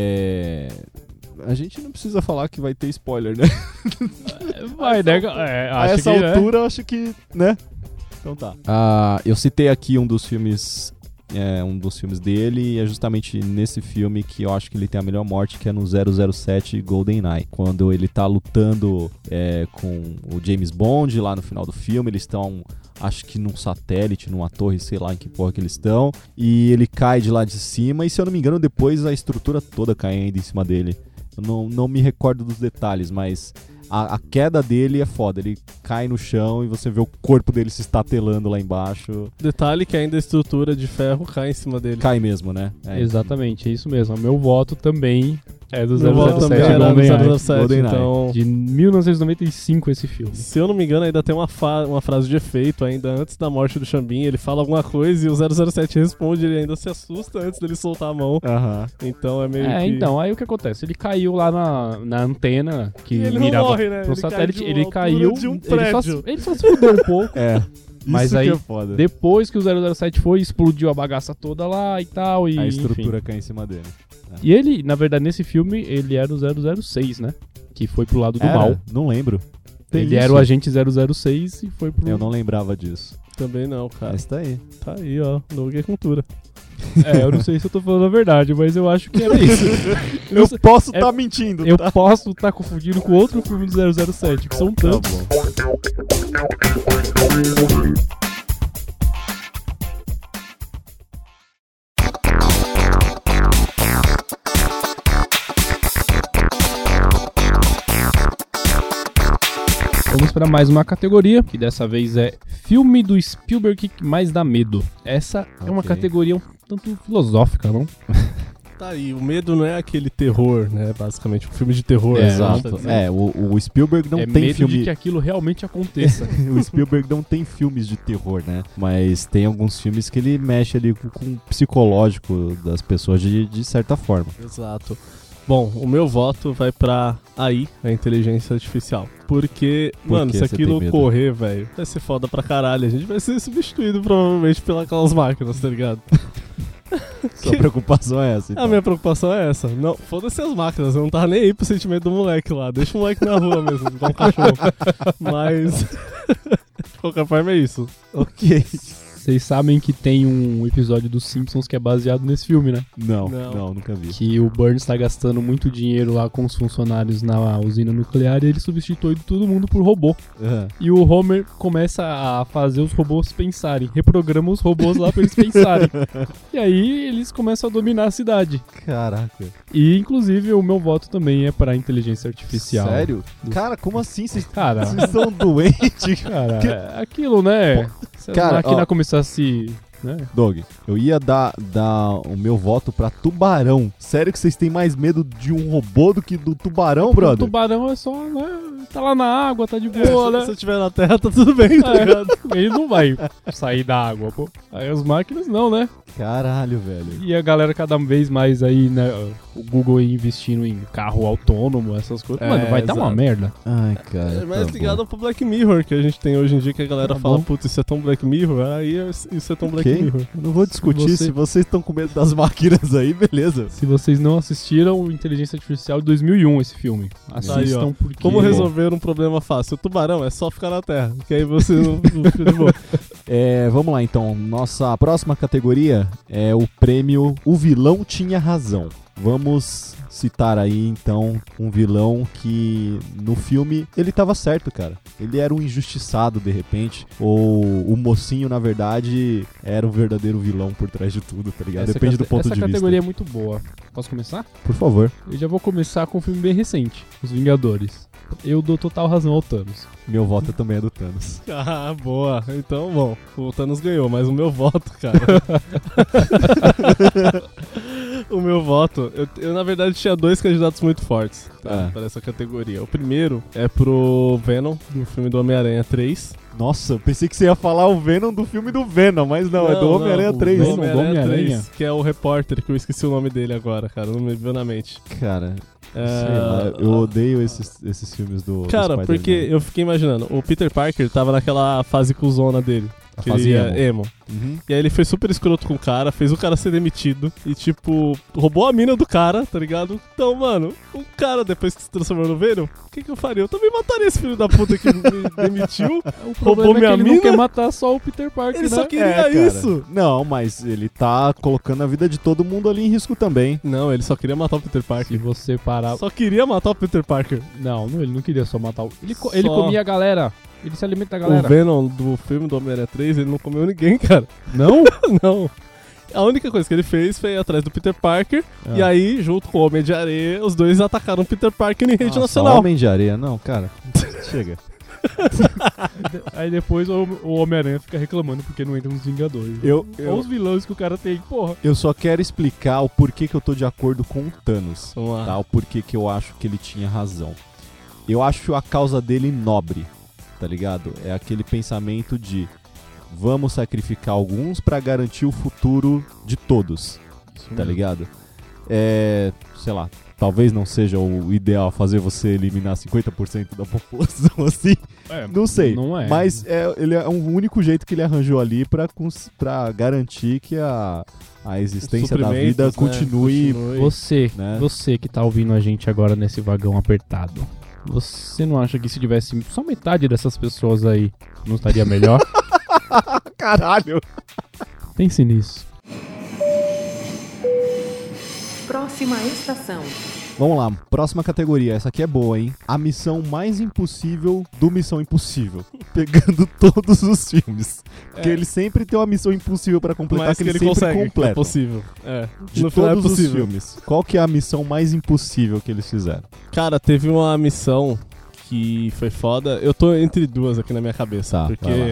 A gente não precisa falar que vai ter spoiler, né? Vai, né? A essa altura, eu acho que, né? Então tá. Eu citei aqui um dos filmes dele, e é justamente nesse filme que eu acho que ele tem a melhor morte, que é no 007 GoldenEye, quando ele tá lutando com o James Bond lá no final do filme. Eles estão, acho que num satélite, numa torre, sei lá em que porra que eles estão, e ele cai de lá de cima, e se eu não me engano depois a estrutura toda cai ainda em cima dele. Eu não me recordo dos detalhes, mas a queda dele é foda. Ele cai no chão e você vê o corpo dele se estatelando lá embaixo. Detalhe que ainda a estrutura de ferro cai em cima dele. Cai mesmo, né? Exatamente, é isso mesmo. O meu voto também é do Meu voto 007 também era GoldenEye. do 007, GoldenEye. então... De 1995 esse filme. Se eu não me engano, ainda tem uma frase de efeito ainda antes da morte do Sean Bean. Ele fala alguma coisa e o 007 responde, ele ainda se assusta antes dele soltar a mão. Então é meio que... Então, aí o que acontece? Ele caiu lá na antena que E ele mirava não morre, né? pro Ele satélite. cai de Ele uma caiu, altura de um prédio. ele só se fudeu um pouco. Mas isso aí, que é foda. depois que o 007 foi, explodiu a bagaça toda lá e tal. E, A estrutura enfim. cai em cima dele. E ele, na verdade, nesse filme, ele era o 006, né? Que foi pro lado do mal. Não lembro. Tem Ele isso? era o agente 006 e foi pro... Eu não lembrava disso. Também não, cara. Mas tá aí. Tá aí, ó. Nogue é cultura. Eu não sei se eu tô falando a verdade, mas eu acho que era isso. Eu posso estar mentindo, Eu tá? posso estar confundindo com outro filme do 007, que são tantos. bom. Vamos para mais uma categoria, que dessa vez é filme do Spielberg que mais dá medo. Essa é uma Ok. categoria um tanto filosófica, não? Tá aí, o medo não é aquele terror, né? Basicamente, um filme de terror. Exato. Tá dizendo? O Spielberg não é tem medo filme... de que aquilo realmente aconteça. O Spielberg não tem filmes de terror, né? Mas tem alguns filmes que ele mexe ali com o psicológico das pessoas de certa forma. Exato. Bom, o meu voto vai pra AI, a inteligência artificial. Porque, mano, que se você aquilo tem medo? ocorrer, velho, vai ser foda pra caralho. A gente vai ser substituído provavelmente pelas máquinas, tá ligado? Sua preocupação é essa, então. A minha preocupação é essa. Não, foda-se as máquinas, eu não tava nem aí pro sentimento do moleque lá. Deixa o moleque na rua mesmo, igual um cachorro. Mas, de qualquer forma, é isso. Ok. Vocês sabem que tem um episódio dos Simpsons que é baseado nesse filme, né? Não, Não. nunca vi. Que o Burns tá gastando muito dinheiro lá com os funcionários na usina nuclear e ele substitui todo mundo por robô. E o Homer começa a fazer os robôs pensarem, reprograma os robôs lá pra eles pensarem. E aí eles começam a dominar a cidade. Caraca. E inclusive o meu voto também é pra inteligência artificial. Sério? Cara, como assim? Vocês Cara, são doentes? cara, é aquilo, né? Se a Cara, máquina ó. começar a se... né? Doug, eu ia dar o meu voto pra tubarão. Sério que vocês têm mais medo de um robô do que do tubarão, O brother? tubarão é só, né? Tá lá na água, tá de boa, né? Se eu estiver na Terra, tá tudo bem, tá ligado? Ele não vai sair da água, pô. Aí as máquinas não, né? Caralho, velho. E a galera cada vez mais aí, né? O Google investindo em carro autônomo, essas coisas. É, Mano, vai dar uma exato. merda. Ai, cara. É mais tá ligado bom. pro Black Mirror que a gente tem hoje em dia, que a galera Tá fala, bom. putz, isso é tão Black Mirror, aí isso é tão Black Ok. Mirror. Eu não vou discutir Você- se vocês estão com medo das máquinas aí, beleza. Se vocês não assistiram, Inteligência Artificial de 2001, esse filme. Assistam, Aí, ó. porque... Como resolver um problema fácil? O tubarão é só ficar na Terra, que aí você não fica de boa. Vamos lá então. Nossa próxima categoria é o prêmio O Vilão Tinha Razão. Vamos citar aí, então, um vilão que no filme ele tava certo, cara. Ele era um injustiçado, de repente, ou o mocinho, na verdade, era o verdadeiro vilão por trás de tudo, tá ligado? Depende do ponto de vista. Essa categoria é muito boa. Posso começar? Por favor. Eu já vou começar com um filme bem recente, Os Vingadores. Eu dou total razão ao Thanos. Meu voto também é do Thanos. Ah, boa. Então, bom, o Thanos ganhou, mas o meu voto, cara... O meu voto, eu na verdade tinha 2 candidatos muito fortes para essa categoria. O primeiro é pro Venom, do filme do Homem-Aranha 3. Nossa, eu pensei que você ia falar o Venom do filme do Venom, mas não, é do Homem-Aranha 3. Do Homem-Aranha 3, que é o repórter, que eu esqueci o nome dele agora, cara, não me veio na mente. Cara... Sei lá, eu odeio esses filmes do Cara, porque eu fiquei imaginando, o Peter Parker tava naquela fase cuzona dele. Que ele é emo. Uhum. E aí ele foi super escroto com o cara, fez o cara ser demitido e, tipo, roubou a mina do cara, tá ligado? Então, mano, o cara, depois que se transformou no Venom, o que eu faria? Eu também mataria esse filho da puta que me demitiu, roubou minha mina. Ele não quer matar só o Peter Parker, ele só queria isso. Não, mas ele tá colocando a vida de todo mundo ali em risco também. Não, ele só queria matar o Peter Parker. Se você parar... Só queria matar o Peter Parker. Não, ele não queria só matar o... Ele comia a galera. Ele se alimenta da galera. O Venom do filme do Homem-Aranha 3, ele não comeu ninguém, cara. Não? Não. A única coisa que ele fez foi ir atrás do Peter Parker. E aí, junto com o Homem de Areia, os dois atacaram o Peter Parker em rede nacional. Homem de Areia, não, cara. Chega. Aí depois o Homem-Aranha fica reclamando porque não entra nos Vingadores. Olha os vilões que o cara tem, porra. Eu só quero explicar o porquê que eu tô de acordo com o Thanos. Vamos lá. Tá? O porquê que eu acho que ele tinha razão. Eu acho a causa dele nobre. Tá ligado? É aquele pensamento de vamos sacrificar alguns pra garantir o futuro de todos. Isso tá ligado? Sei lá, talvez não seja o ideal fazer você eliminar 50% da população assim. Não sei. Não é. Mas ele é o único jeito que ele arranjou ali pra garantir que a existência da vida continue. Você que tá ouvindo a gente agora nesse vagão apertado. Você não acha que se tivesse só metade dessas pessoas aí, não estaria melhor? Caralho! Pense nisso. Próxima estação. Vamos lá, próxima categoria. Essa aqui é boa, hein? A missão mais impossível do Missão Impossível. Pegando todos os filmes. Porque ele sempre tem uma missão impossível pra completar, que ele sempre consegue, completa. É possível. De no todos é os filmes. Qual que é a missão mais impossível que eles fizeram? Cara, teve uma missão que foi foda. Eu tô entre duas aqui na minha cabeça. Tá, porque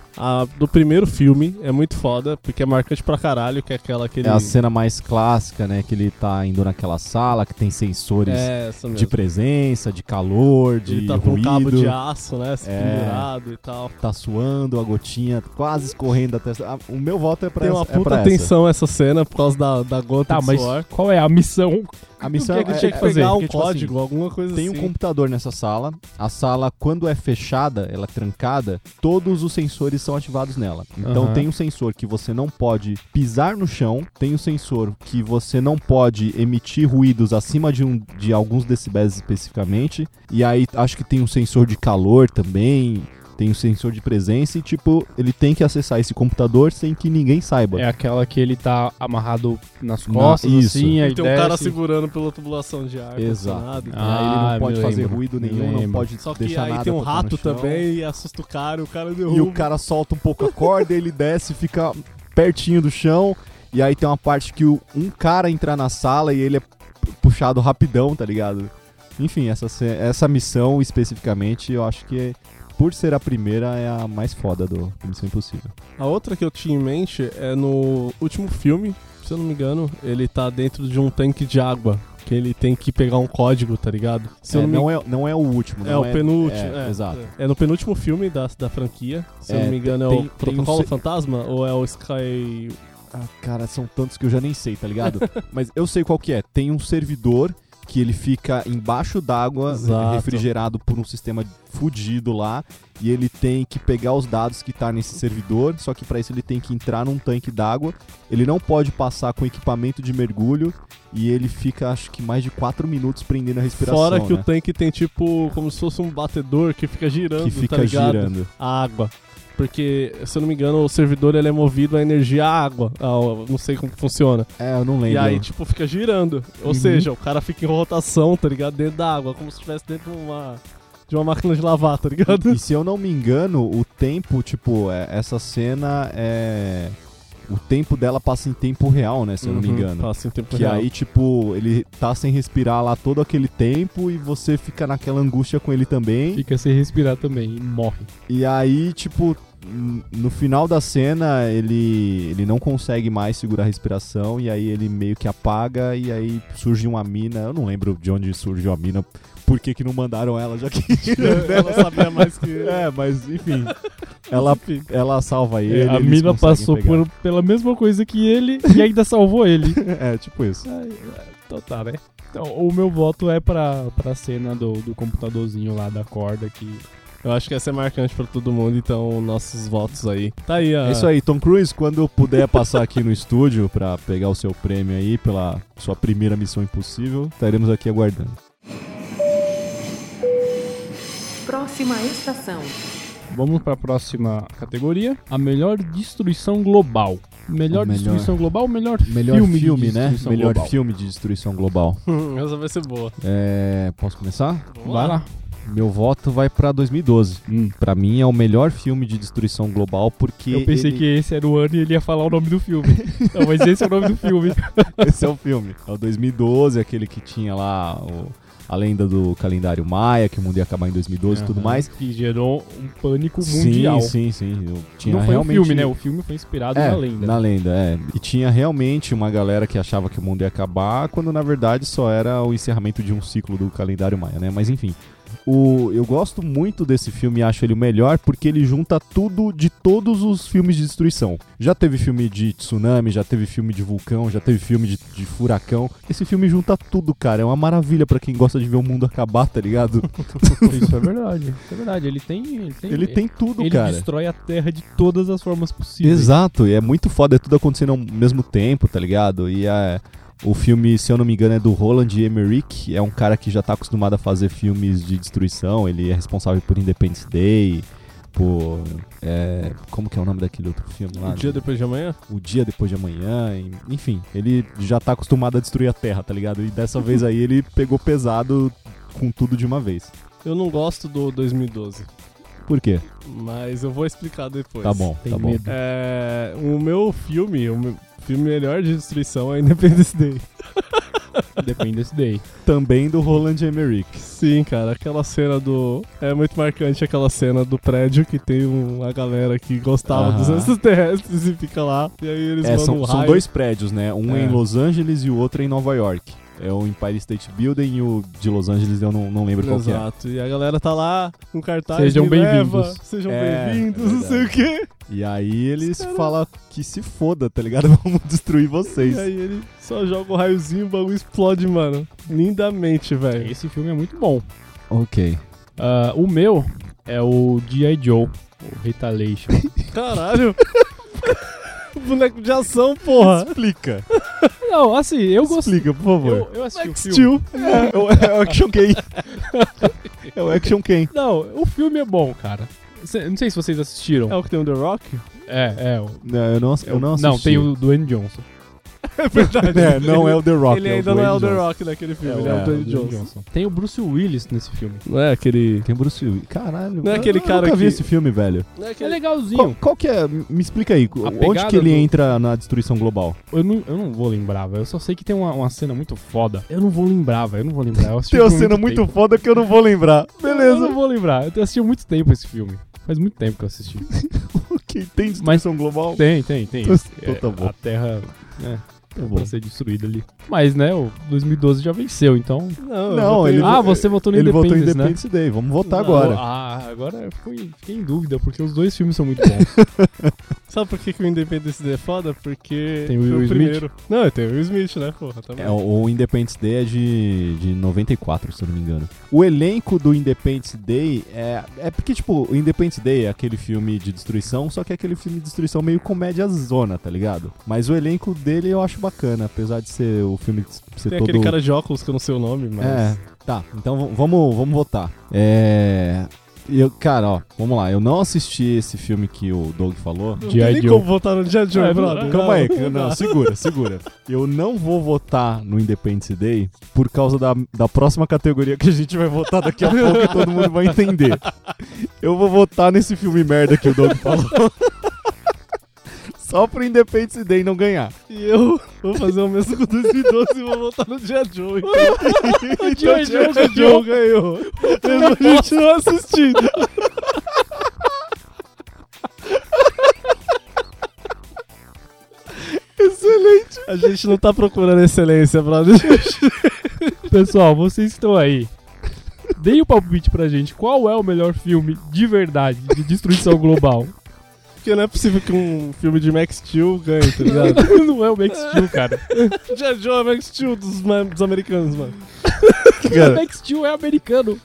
a do primeiro filme é muito foda, porque é marcante pra caralho, que é aquela que ele... É a cena mais clássica, né? Que ele tá indo naquela sala, que tem sensores de presença, de calor, de ele tá ruído. com um cabo de aço, né? Pendurado e tal. Tá suando, a gotinha quase escorrendo até... O meu voto é pra essa. Tem uma puta tensão essa cena por causa da gota de suor. Mas qual é a missão? A missão é que tinha que pegar um código, alguma coisa tem assim. Tem um computador nessa sala. A sala, quando é fechada, ela é trancada, todos os sensores são ativados nela. Então tem um sensor que você não pode pisar no chão, tem um sensor que você não pode emitir ruídos acima de alguns decibéis especificamente, e aí acho que tem um sensor de calor também... Tem um sensor de presença e, tipo, ele tem que acessar esse computador sem que ninguém saiba. É aquela que ele tá amarrado nas costas, assim, aí tem um cara segurando pela tubulação de ar. Exato. Aí ele não pode fazer ruído nenhum, não pode Só que deixar aí nada tem um tocar rato no chão. também e assusta o cara derruba. E o cara solta um pouco a corda, ele desce, fica pertinho do chão. E aí tem uma parte que um cara entra na sala e ele é puxado rapidão, tá ligado? Enfim, essa missão especificamente, eu acho que por ser a primeira, é a mais foda do Missão Impossível. A outra que eu tinha em mente é no último filme, se eu não me engano, ele tá dentro de um tanque de água, que ele tem que pegar um código, tá ligado? Não é o último. É o penúltimo. Exato. É no penúltimo filme da franquia, se eu não me engano, é o Protocolo Fantasma ou é o Sky... Cara, são tantos que eu já nem sei, tá ligado? Mas eu sei qual que é. Tem um servidor que ele fica embaixo d'água, refrigerado por um sistema fudido lá, e ele tem que pegar os dados que tá nesse servidor, só que pra isso ele tem que entrar num tanque d'água, ele não pode passar com equipamento de mergulho, e ele fica, acho que mais de 4 minutos prendendo a respiração. Fora que o tanque tem tipo, como se fosse um batedor que fica girando, que fica tá ligado? girando A água. Porque, se eu não me engano, o servidor ele é movido a energia à água. Não sei como funciona. Eu não lembro. E aí, tipo, fica girando. Ou seja, o cara fica em rotação, tá ligado? Dentro da água, como se estivesse dentro de uma máquina de lavar, tá ligado? E se eu não me engano, o tempo, tipo, essa cena o tempo dela passa em tempo real, né? Se eu não me engano. Passa em tempo Que real. aí, tipo, ele tá sem respirar lá todo aquele tempo e você fica naquela angústia com ele também. Fica sem respirar também e morre. E aí, tipo, no final da cena, ele não consegue mais segurar a respiração e aí ele meio que apaga e aí surge uma mina. Eu não lembro de onde surgiu a mina, por que não mandaram ela, já que... Ela sabia mais que ele. Mas enfim, ela salva ele. A eles mina conseguem passou pegar. pela mesma coisa que ele e ainda salvou ele. Tipo isso. Então tá, né? Então, o meu voto é pra cena do computadorzinho lá da corda que... Eu acho que essa é marcante pra todo mundo, então nossos votos aí. Tá aí, É isso aí, Tom Cruise, quando puder passar aqui no estúdio pra pegar o seu prêmio aí pela sua primeira Missão Impossível, estaremos aqui aguardando. Próxima estação. Vamos pra próxima categoria. A melhor destruição global. Melhor destruição global, melhor filme de né? destruição Melhor global. filme de destruição global. Essa vai ser boa. Posso começar? Vai lá. Meu voto vai pra 2012. Pra mim é o melhor filme de destruição global porque Eu pensei que esse era o ano e ele ia falar o nome do filme. Não, mas esse é o nome do filme. esse é o filme. É o 2012, aquele que tinha lá a lenda do calendário maia, que o mundo ia acabar em 2012 e tudo mais. Que gerou um pânico mundial. Sim. Eu tinha Não foi realmente... um filme, né? O filme foi inspirado na lenda. Na lenda. E tinha realmente uma galera que achava que o mundo ia acabar, quando na verdade só era o encerramento de um ciclo do calendário maia, né? Mas enfim... Eu gosto muito desse filme e acho ele o melhor porque ele junta tudo de todos os filmes de destruição. Já teve filme de tsunami, já teve filme de vulcão, já teve filme de furacão. Esse filme junta tudo, cara. É uma maravilha pra quem gosta de ver o mundo acabar, tá ligado? Isso é verdade. Ele tem tudo, ele cara. Ele destrói a Terra de todas as formas possíveis. Exato, e é muito foda, é tudo acontecendo ao mesmo tempo, tá ligado? E o filme, se eu não me engano, é do Roland Emmerich. É um cara que já tá acostumado a fazer filmes de destruição. Ele é responsável por Independence Day, por... como que é o nome daquele outro filme lá? O Dia Depois de Amanhã? O Dia Depois de Amanhã. Enfim, ele já tá acostumado a destruir a Terra, tá ligado? E dessa vez aí ele pegou pesado com tudo de uma vez. Eu não gosto do 2012. Por quê? Mas eu vou explicar depois. Tá bom, Tem tá bom. medo. O meu filme melhor de destruição é Independence Day. Independence Day. Também do Roland Emmerich. Sim, cara, aquela cena é muito marcante aquela cena do prédio que tem uma galera que gostava dos extraterrestres e fica lá. E aí eles mandam um raio. São dois prédios, né? Um em Los Angeles e o outro em Nova York. É o Empire State Building e o de Los Angeles eu não lembro qual que é. Exato, e a galera tá lá com cartaz. Sejam bem-vindos. Sejam bem-vindos, não sei o quê. E aí eles falam que se foda, tá ligado? Vamos destruir vocês. E aí ele só joga o raiozinho e o bagulho explode, mano. Lindamente, velho. Esse filme é muito bom. Ok. O meu é o G.I. Joe, o Retaliation. Caralho. Boneco de ação, porra. Explica. Não, assim, eu gostei. Explica, por favor. Eu assisti o Next filme. É o Action Ken. É o Action Ken. Não, o filme é bom, cara. Não sei se vocês assistiram. É o que tem o The Rock? Não, eu não assisti. Não, tem o Dwayne Johnson. É verdade. Não é o The Rock. Ele é ainda não é o The Dwayne Rock naquele filme, ele é o Dwayne Dwayne Johnson. Tem o Bruce Willis nesse filme. Não é aquele... Tem Bruce Willis. Caralho. Não é aquele cara Eu nunca vi que- esse filme, velho. Não é É aquele... legalzinho. Qual que é? Me explica aí. Onde pegada que ele do- entra na destruição global? Eu não vou lembrar, velho. Eu só sei que tem uma cena muito foda. Eu não vou lembrar, velho. Eu não vou lembrar. Eu assisti Tem uma por cena muito muito tempo. foda que eu não vou lembrar. Eu Beleza. não vou lembrar. Eu assisti há muito tempo esse filme. Faz muito tempo que eu assisti. Ok, tem destruição global? Tem. Então tá bom. A Terra, né, Tá bom. pra ser destruída ali. Mas, né, o 2012 já venceu, então... Não, ele- você votou no Ele votou em Independence, né? Independence Day. Vamos votar Não. agora. Agora eu fiquei em dúvida, porque os dois filmes são muito bons. Sabe por que o Independence Day é foda? Porque Tem o foi Will o Smith? primeiro. Não, tem o Will Smith, né, porra? Também. O Independence Day é de 94, se eu não me engano. O elenco do Independence Day é porque, tipo, o Independence Day é aquele filme de destruição, só que é aquele filme de destruição meio comédia zona, tá ligado? Mas o elenco dele eu acho bacana, apesar de ser o filme ser Tem todo... aquele cara de óculos que eu não sei o nome, mas... Tá, então vamos votar. Cara, ó, vamos lá. Eu não assisti esse filme que o Doug falou. Não tem nem como votar no G.I. Joe, brother. Calma aí. Não, segura. Eu não vou votar no Independence Day por causa da próxima categoria que a gente vai votar daqui a pouco e todo mundo vai entender. Eu vou votar nesse filme merda que o Doug falou. Só pro Independence Day não ganhar. E eu vou fazer o mesmo com 2012 e vou voltar no G.I. Joe. O G.I. Joe ganhou. Mesmo a gente não assistindo. Excelente. A gente não tá procurando excelência, brother. Pessoal, vocês estão aí. Deem o palpite pra gente. Qual é o melhor filme de verdade de destruição global? Porque não é possível que um filme de Max Steel ganhe, tá ligado? Não é o Max Steel, cara. G.I. Joe é Max Steel dos americanos, mano. O Max Steel é americano.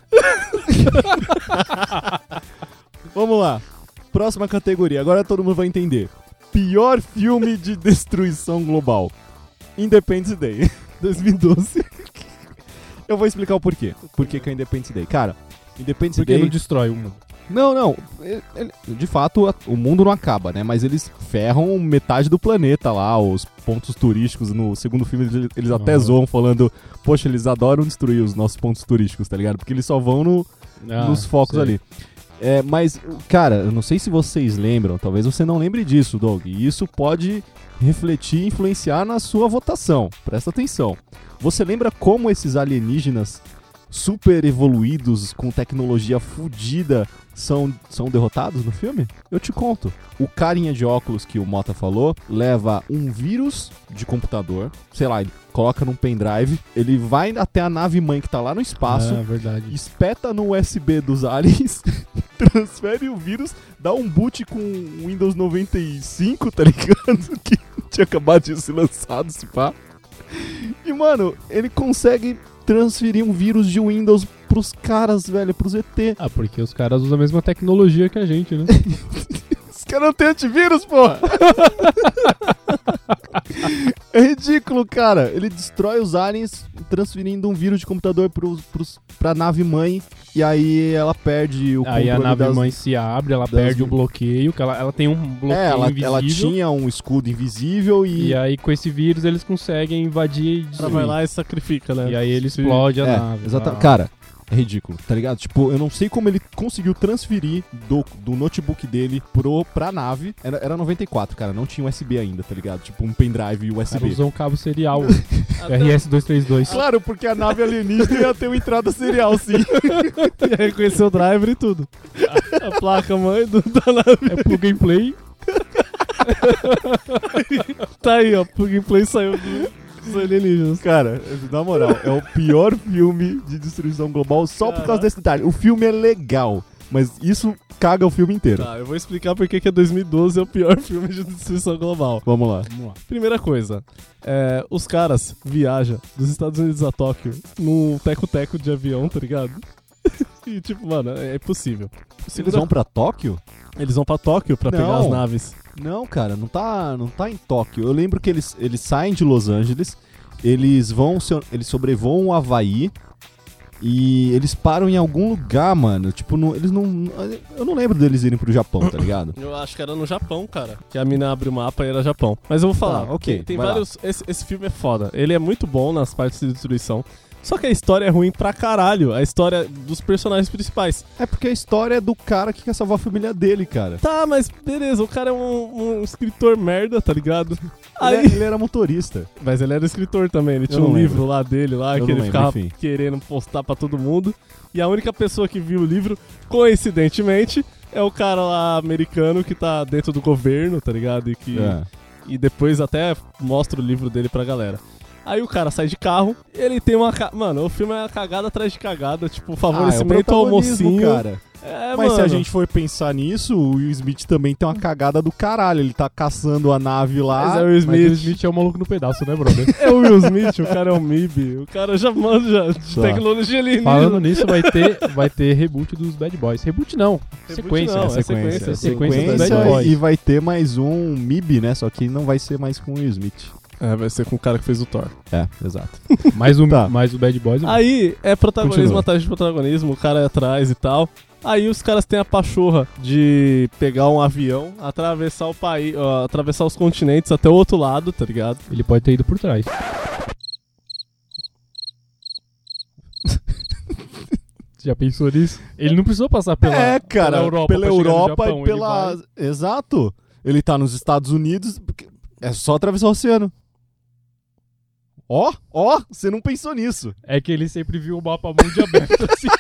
Vamos lá. Próxima categoria. Agora todo mundo vai entender. Pior filme de destruição global. Independence Day. 2012. Eu vou explicar o porquê. Por que é Independence Day? Cara, Independence Porque Day... não destrói o mundo. Não. De fato, o mundo não acaba, né? Mas eles ferram metade do planeta lá, os pontos turísticos. No segundo filme, eles até zoam falando, poxa, eles adoram destruir os nossos pontos turísticos, tá ligado? Porque eles só vão nos focos ali. Mas, cara, eu não sei se vocês lembram, talvez você não lembre disso, Doug. E isso pode refletir e influenciar na sua votação. Presta atenção. Você lembra como esses alienígenas super evoluídos, com tecnologia fodida, são derrotados no filme? Eu te conto. O carinha de óculos que o Mota falou leva um vírus de computador, sei lá, ele coloca num pendrive, ele vai até a nave mãe que tá lá no espaço, verdade. espeta no USB dos aliens, transfere o vírus, dá um boot com o Windows 95, tá ligado? Que tinha acabado de ser lançado, se pá. E, mano, ele consegue transferir um vírus de Windows pros caras, velho, pros ET. Ah, porque os caras usam a mesma tecnologia que a gente, né? Os caras não têm antivírus, porra! É ridículo, cara. Ele destrói os aliens transferindo um vírus de computador pra nave mãe e aí ela perde o controle. Aí a nave mãe se abre, ela perde o bloqueio, que ela tem um bloqueio invisível. Ela tinha um escudo invisível e aí com esse vírus eles conseguem invadir e destruir. Ela vai lá e sacrifica, né? E aí ele explode a nave. Exatamente. Cara, é ridículo, tá ligado? Tipo, eu não sei como ele conseguiu transferir do notebook dele pra nave. Era 94, cara, não tinha USB ainda, tá ligado? Tipo, um pendrive USB. Cara, usou um cabo serial, RS-232. Claro, porque a nave alienígena ia ter uma entrada serial, sim. Ia reconhecer o driver e tudo. A placa mãe da nave. É plug and play. Tá aí, ó, plug and play saiu dos alienígenas. Cara, na moral, é o pior filme de destruição global só por causa desse detalhe. O filme é legal, mas isso caga o filme inteiro. Tá, eu vou explicar por que 2012 é o pior filme de destruição global. Vamos lá. Primeira coisa, os caras viajam dos Estados Unidos a Tóquio num teco-teco de avião, tá ligado? E tipo, mano, é impossível. Eles vão pra Tóquio? Eles vão pra Tóquio pra pegar as naves. Não, cara, não tá em Tóquio. Eu lembro que eles saem de Los Angeles, eles sobrevoam o Havaí e eles param em algum lugar, mano. Tipo, eu não lembro deles irem pro Japão, tá ligado? Eu acho que era no Japão, cara. Que a mina abre o mapa e era Japão. Mas eu vou falar. Tá, ok. Tem vários. Esse filme é foda. Ele é muito bom nas partes de destruição. Só que a história é ruim pra caralho. A história dos personagens principais. É porque a história é do cara que quer salvar a família dele, cara. Tá, mas beleza. O cara é um escritor merda, tá ligado? Ele era motorista. Mas ele era escritor também. Ele tinha um livro lá dele, que ele ficava querendo postar pra todo mundo. E a única pessoa que viu o livro, coincidentemente, é o cara lá americano que tá dentro do governo, tá ligado? E depois até mostra o livro dele pra galera. Aí o cara sai de carro, ele tem uma... Mano, o filme é uma cagada atrás de cagada, tipo, favorecimento ao mocinho. Cara. Mas se a gente for pensar nisso, o Will Smith também tem uma cagada do caralho. Ele tá caçando a nave lá. Mas é o Will Smith. Mas o Will Smith é o maluco no pedaço, né, brother? É o Will Smith, o cara é um MIB. O cara já manja de tecnologia alienígena. Falando nisso, vai ter reboot dos Bad Boys. Reboot não. Sequência dos Bad Boys. E vai ter mais um MIB, né? Só que não vai ser mais com o Will Smith. Vai ser com o cara que fez o Thor. Exato. Mais o Tá. Bad Boys. Aí é protagonismo Continua. atrás de protagonismo, o cara é atrás e tal. Aí os caras têm a pachorra de pegar um avião, atravessar o país, atravessar os continentes até o outro lado, tá ligado? Ele pode ter ido por trás. Já pensou nisso? Ele não precisou passar pela Europa, pela pra chegar no Europa Japão. e pela... Ele Exato. Ele tá nos Estados Unidos, é só atravessar o oceano. Ó, você não pensou nisso. É que ele sempre viu o mapa mundo aberto assim.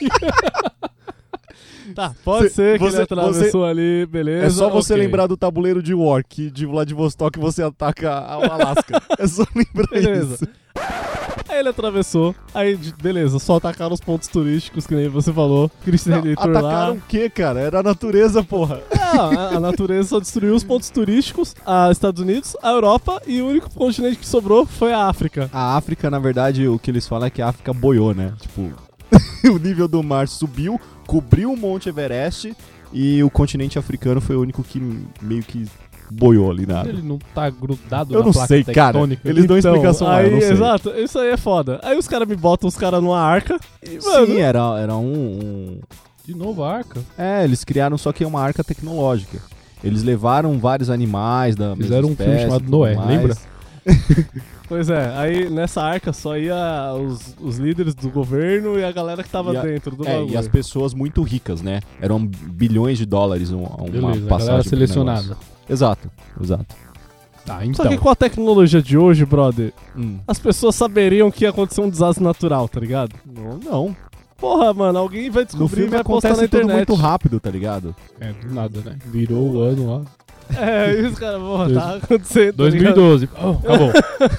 Tá, pode ser que você- ele atravessou ali, beleza. É só você ok. lembrar do tabuleiro de War, que de Vladivostok você ataca o Alasca. É só lembrar Beleza. isso. Aí ele atravessou, aí beleza, só atacaram os pontos turísticos, que nem você falou. Christian Não, Redentor atacaram lá. o quê, cara? Era a natureza, porra. A natureza só destruiu os pontos turísticos, os Estados Unidos, a Europa, e o único continente que sobrou foi a África. A África, na verdade, o que eles falam é que a África boiou, né? Tipo, o nível do mar subiu, cobriu o Monte Everest e o continente africano foi o único que meio que boiou ali na água. Ele não tá grudado Eu na não placa sei, cara. tectônica. Eles dão explicação lá, eu aí, não sei. exato, isso aí é foda. Aí os caras me botam os caras numa arca e, mano, Sim, era um... De novo a arca. Eles criaram só que uma arca tecnológica. Eles levaram vários animais da mesma Fizeram um filme espécie, chamado tudo Noé, mais. lembra? Pois é, aí nessa arca só ia os líderes do governo e a galera que tava dentro do bagulho. E as pessoas muito ricas, né? Eram bilhões de dólares uma Beleza, a passagem galera pro selecionada. negócio. Exato. Tá, Só então. que com a tecnologia de hoje, brother, Hum. as pessoas saberiam que ia acontecer um desastre natural, tá ligado? Não. Porra, mano, alguém vai No descobrir e filme vai postar na acontece tudo internet. muito rápido, tá ligado? É, do nada, né? Virou o ano lá. É, isso, cara, porra, tá acontecendo. tá ligado? 2012. Oh, acabou.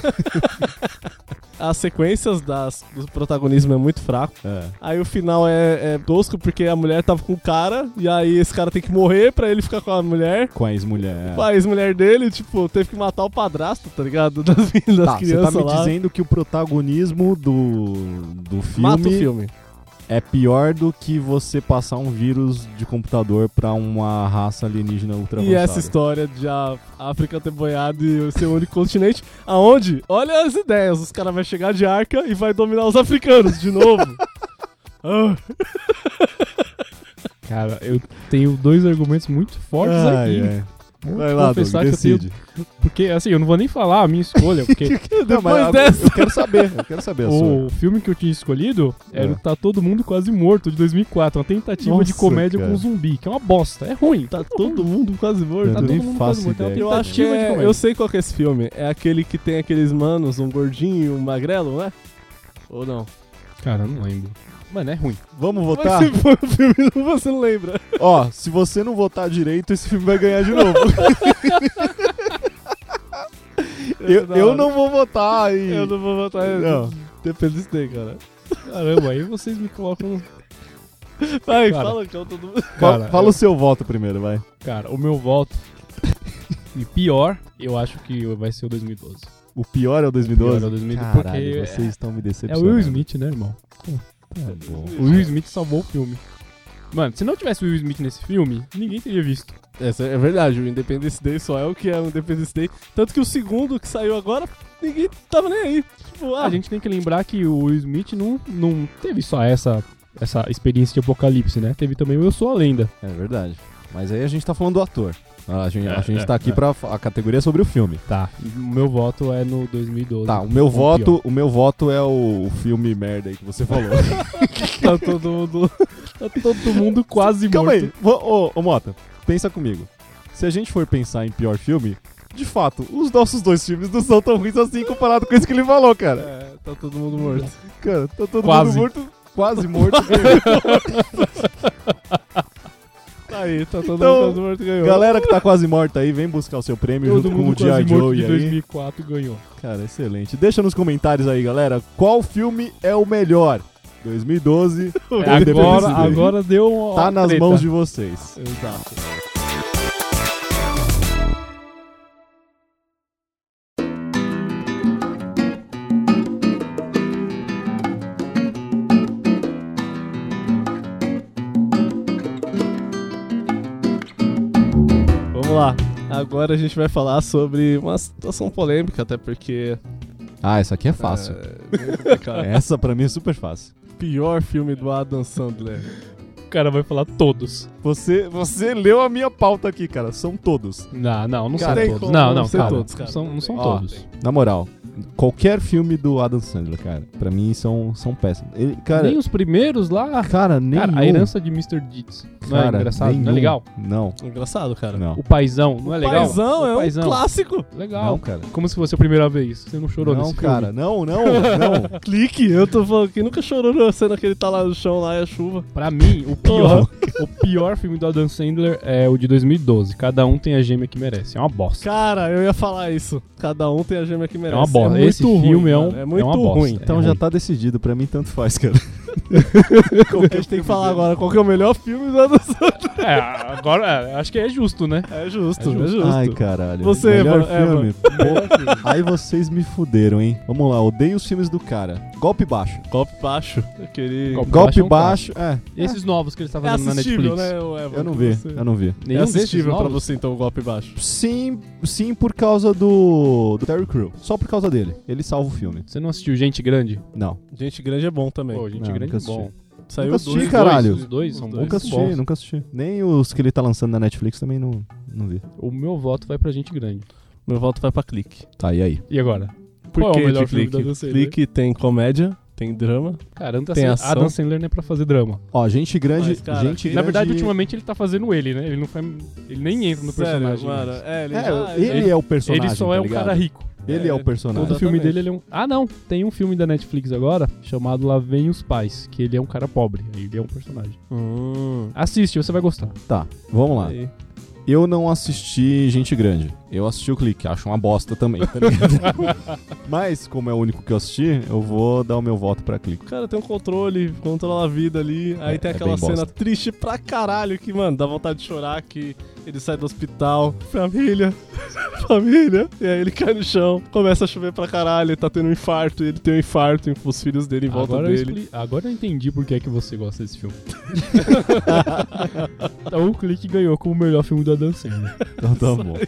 As sequências do protagonismo é muito fraco. Aí o final é tosco porque a mulher tava com o cara e aí esse cara tem que morrer pra ele ficar com a mulher. Com a ex-mulher. A ex-mulher dele, tipo, teve que matar o padrasto, tá ligado? Das Tá, você tá crianças me lá. dizendo que o protagonismo do Mata o filme filme. é pior do que você passar um vírus de computador pra uma raça alienígena ultra E avançada. essa história de a África ter boiado e ser o único continente, aonde? Olha as ideias, os caras vão chegar de arca e vai dominar os africanos de novo. Ah, Cara, eu tenho dois argumentos muito fortes aqui. Vou Vai lá, Doug, confessar que eu decide. tenho... Porque, assim, eu não vou nem falar a minha escolha, porque Não, mas Depois dessa. eu quero saber a sua. o filme que eu tinha escolhido era o Tá Todo Mundo Quase Morto, de 2004. Uma tentativa de Nossa, comédia cara. com zumbi, que é uma bosta. É ruim. tá todo mundo quase morto. Tá Eu todo nem mundo faço quase morto. É uma ideia. Eu acho que tentativa de comédia. eu sei qual que é esse filme. É aquele que tem aqueles manos, um gordinho e um magrelo, não é? Ou não? Cara, eu não lembro. Mano, é ruim. Vamos Mas votar? se for o filme, você não lembra. Ó, se você não votar direito, esse filme vai ganhar de novo. eu não vou votar aí. Eu não vou votar. Não. Depende disso daí, cara. Caramba, aí vocês me colocam... Vai, Cara. fala que eu todo mundo. Cara, Fala o seu voto primeiro, vai. Cara, o meu voto... E pior, eu acho que vai ser o 2012. O pior é o Pior é 2012? o 2012, Caralho, porque vocês estão me é o decepcionando. Will Smith, né, irmão? Tá bom. O Will Smith salvou o filme. Mano, se não tivesse o Will Smith nesse filme, ninguém teria visto. Essa é verdade, o Independence Day só é o que é o Independence Day. Tanto que o segundo que saiu agora, ninguém tava nem aí. Tipo, A gente tem que lembrar que o Will Smith não teve só essa experiência de apocalipse, né? Teve também o Eu Sou a Lenda. É verdade. Mas aí a gente tá falando do ator. A gente tá aqui pra a categoria sobre o filme. Tá. O meu voto é no 2012. Tá, o meu voto é o filme merda aí que você falou. tá todo mundo quase Calma morto. aí, ô Mota, pensa comigo. Se a gente for pensar em pior filme, de fato, os nossos dois filmes não são tão ruins assim comparado com isso que ele falou, cara. É, tá todo mundo morto. Cara, tá todo Quase. mundo morto, quase morto. Tá aí, tá todo Então, mundo quase morto, ganhou. Galera que tá quase morta aí, vem buscar o seu prêmio Todo junto com mundo o G.I. quase morto Joe de aí. 2004 ganhou. Cara, excelente. Deixa nos comentários aí, galera, qual filme é o melhor? 2012 ou Independence Day? Agora deu uma Tá nas treta. mãos de vocês. Exato. Vamos lá. Agora a gente vai falar sobre uma situação polêmica, até porque... Essa aqui é fácil. Bem complicado. Essa pra mim é super fácil. Pior filme do Adam Sandler. O cara vai falar todos. Você leu a minha pauta aqui, cara. São todos. Não Cara, são tem todos. como Não, não ser cara. todos, cara. Não são Ó, todos. Na moral, qualquer filme do Adam Sandler, cara, pra mim são péssimos. Ele, cara, Nem os primeiros lá. cara, nenhum. Cara, a herança de Mr. Deeds. Não Cara, é engraçado? Não é nenhum. legal? Não, Engraçado, cara. não. O Paizão, não é legal? Paizão é O Paizão. um clássico. Legal. Não, cara. Como se fosse a primeira vez. Você não chorou Não, nesse cara, filme? não. Clique, eu tô falando que nunca chorou na cena que ele tá lá no chão, lá e a chuva. Pra mim, o pior filme do Adam Sandler é o de 2012. Cada um tem a gêmea que merece. É uma bosta. Cara, eu ia falar isso. Cada um tem a gêmea que merece. É uma bosta. muito Esse ruim, filme mano. É muito uma bosta. ruim. Então É já ruim. tá decidido, pra mim tanto faz, cara. A gente tem que falar agora qual que é o melhor filme do Adam Sandler. Agora acho que é justo, né? É justo, É é justo. justo. Ai, caralho. Você, melhor Eva, filme. Aí vocês me fuderam, hein? Vamos lá, odeio os filmes do cara. Golpe Baixo. Golpe baixo. Aquele... Golpe Golpe Baixo é um Baixo, Esses novos que ele tá É fazendo na assistível, Netflix. né, o Eva? Eu não vi, Você- eu não vi. É Nenhum desses assistível pra novos? você, então, o Golpe Baixo. Sim, por causa do Terry Crew. Só por causa dele. Ele salva o filme. Você não assistiu Gente Grande? Não. Gente Grande é bom também. Pô, Gente Não, Grande nunca é bom. assisti. Saiu Nunca assisti, dois, caralho. Os dois são Os muito Nunca bons. nunca assisti. Nem os que ele tá lançando na Netflix também não vi. O meu voto vai pra Gente Grande. Meu voto vai pra Clique. Tá, e aí? E agora? Por Qual é que o melhor de filme do Clique? Adam Sandler? Clique tem comédia, tem drama. Cara, Tem ação. Adam Sandler não é pra fazer drama. Ó, Gente Grande... Mas, cara, gente que- Na grande... verdade, ultimamente ele tá fazendo ele, né? Ele não faz... Ele nem entra no Sério, personagem. mano. mais. É, ele, É, já- ele é o personagem, Ele só é tá um ligado? cara rico. Ele é o personagem. Todo filme Exatamente. dele ele é um... Ah, não. Tem um filme da Netflix agora chamado Lá Vem os Pais, que ele é um cara pobre. Ele é um personagem. Assiste, você vai gostar. Tá, vamos lá. Aí. Eu não assisti Gente Grande. Eu assisti o Clique, acho uma bosta também, tá ligado? Mas, como é o único que eu assisti, eu vou dar o meu voto pra Clique. O cara tem um controle, controla a vida ali. Aí tem é aquela bem cena bosta. triste pra caralho que, mano, dá vontade de chorar que ele sai do hospital. Família. Família. E aí ele cai no chão, começa a chover pra caralho, ele tá tendo um infarto, e ele tem um infarto, e os filhos dele em volta dele. Agora eu entendi por que é que você gosta desse filme. Então o Clique ganhou como o melhor filme do Adam Sandler. Então tá bom.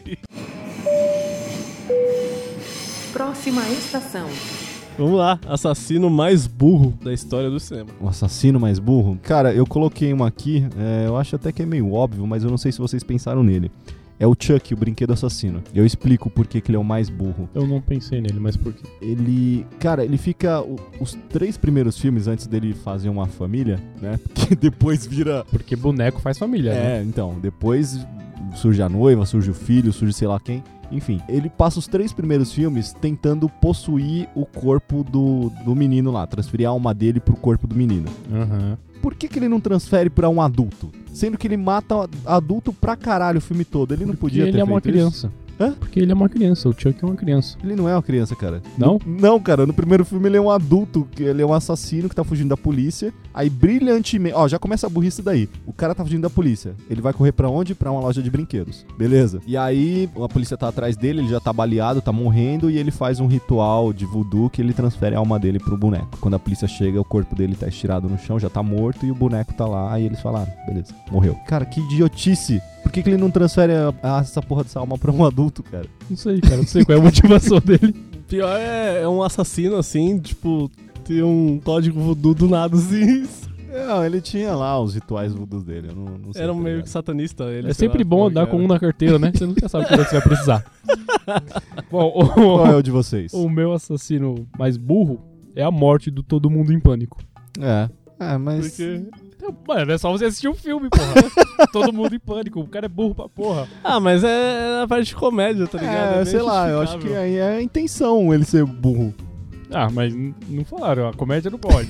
Próxima estação. Vamos lá, assassino mais burro da história do cinema. O assassino mais burro? Cara, eu coloquei uma aqui, eu acho até que é meio óbvio, mas eu não sei se vocês pensaram nele. É o Chuck, o brinquedo assassino. Eu explico por que ele é o mais burro. Eu não pensei nele, mas por quê? Ele... Cara, ele fica... Os 3 primeiros filmes antes dele fazer uma família, né? Que depois vira... Porque boneco faz família, né? Então, depois surge a noiva, surge o filho, surge sei lá quem. Enfim, ele passa os 3 primeiros filmes tentando possuir o corpo do menino lá, transferir a alma dele pro corpo do menino. Aham. Por que ele não transfere pra um adulto? Sendo que ele mata adulto pra caralho o filme todo. Ele não podia ter ele é uma feito isso? criança. Hã? Porque ele é uma criança. O Chuck é uma criança. Ele não é uma criança, cara. Não? Não, cara. No primeiro filme ele é um adulto. Ele é um assassino que tá fugindo da polícia. Aí, brilhantemente... Ó, já começa a burrice daí. O cara tá fugindo da polícia. Ele vai correr pra onde? Pra uma loja de brinquedos. Beleza. E aí, a polícia tá atrás dele. Ele já tá baleado, tá morrendo. E ele faz um ritual de voodoo que ele transfere a alma dele pro boneco. Quando a polícia chega, o corpo dele tá estirado no chão, já tá morto. E o boneco tá lá. Aí eles falaram, beleza, morreu. Cara, que idiotice. Por que ele não transfere essa porra dessa alma pra um adulto, cara? Não sei, cara. Não sei qual é a motivação dele. Pior é um assassino assim, tipo, ter um código voodoo do nada assim. Não, ele tinha lá os rituais voodoos dele. Eu não sei. Era tá meio ligado? que satanista ele. É sei sempre lá, bom como andar que com era. um na carteira, né? Você nunca sabe quando você vai precisar. Bom, Qual é o de vocês? o meu assassino mais burro é a morte do Todo Mundo em Pânico. Mas... Porque... Mano, é só você assistir o filme, porra. Todo Mundo em Pânico. O cara é burro pra porra. Ah, mas é a parte de comédia, tá ligado? meio sei lá, eu acho que justificável. aí é a intenção ele ser burro. Ah, mas não falaram. A comédia não pode.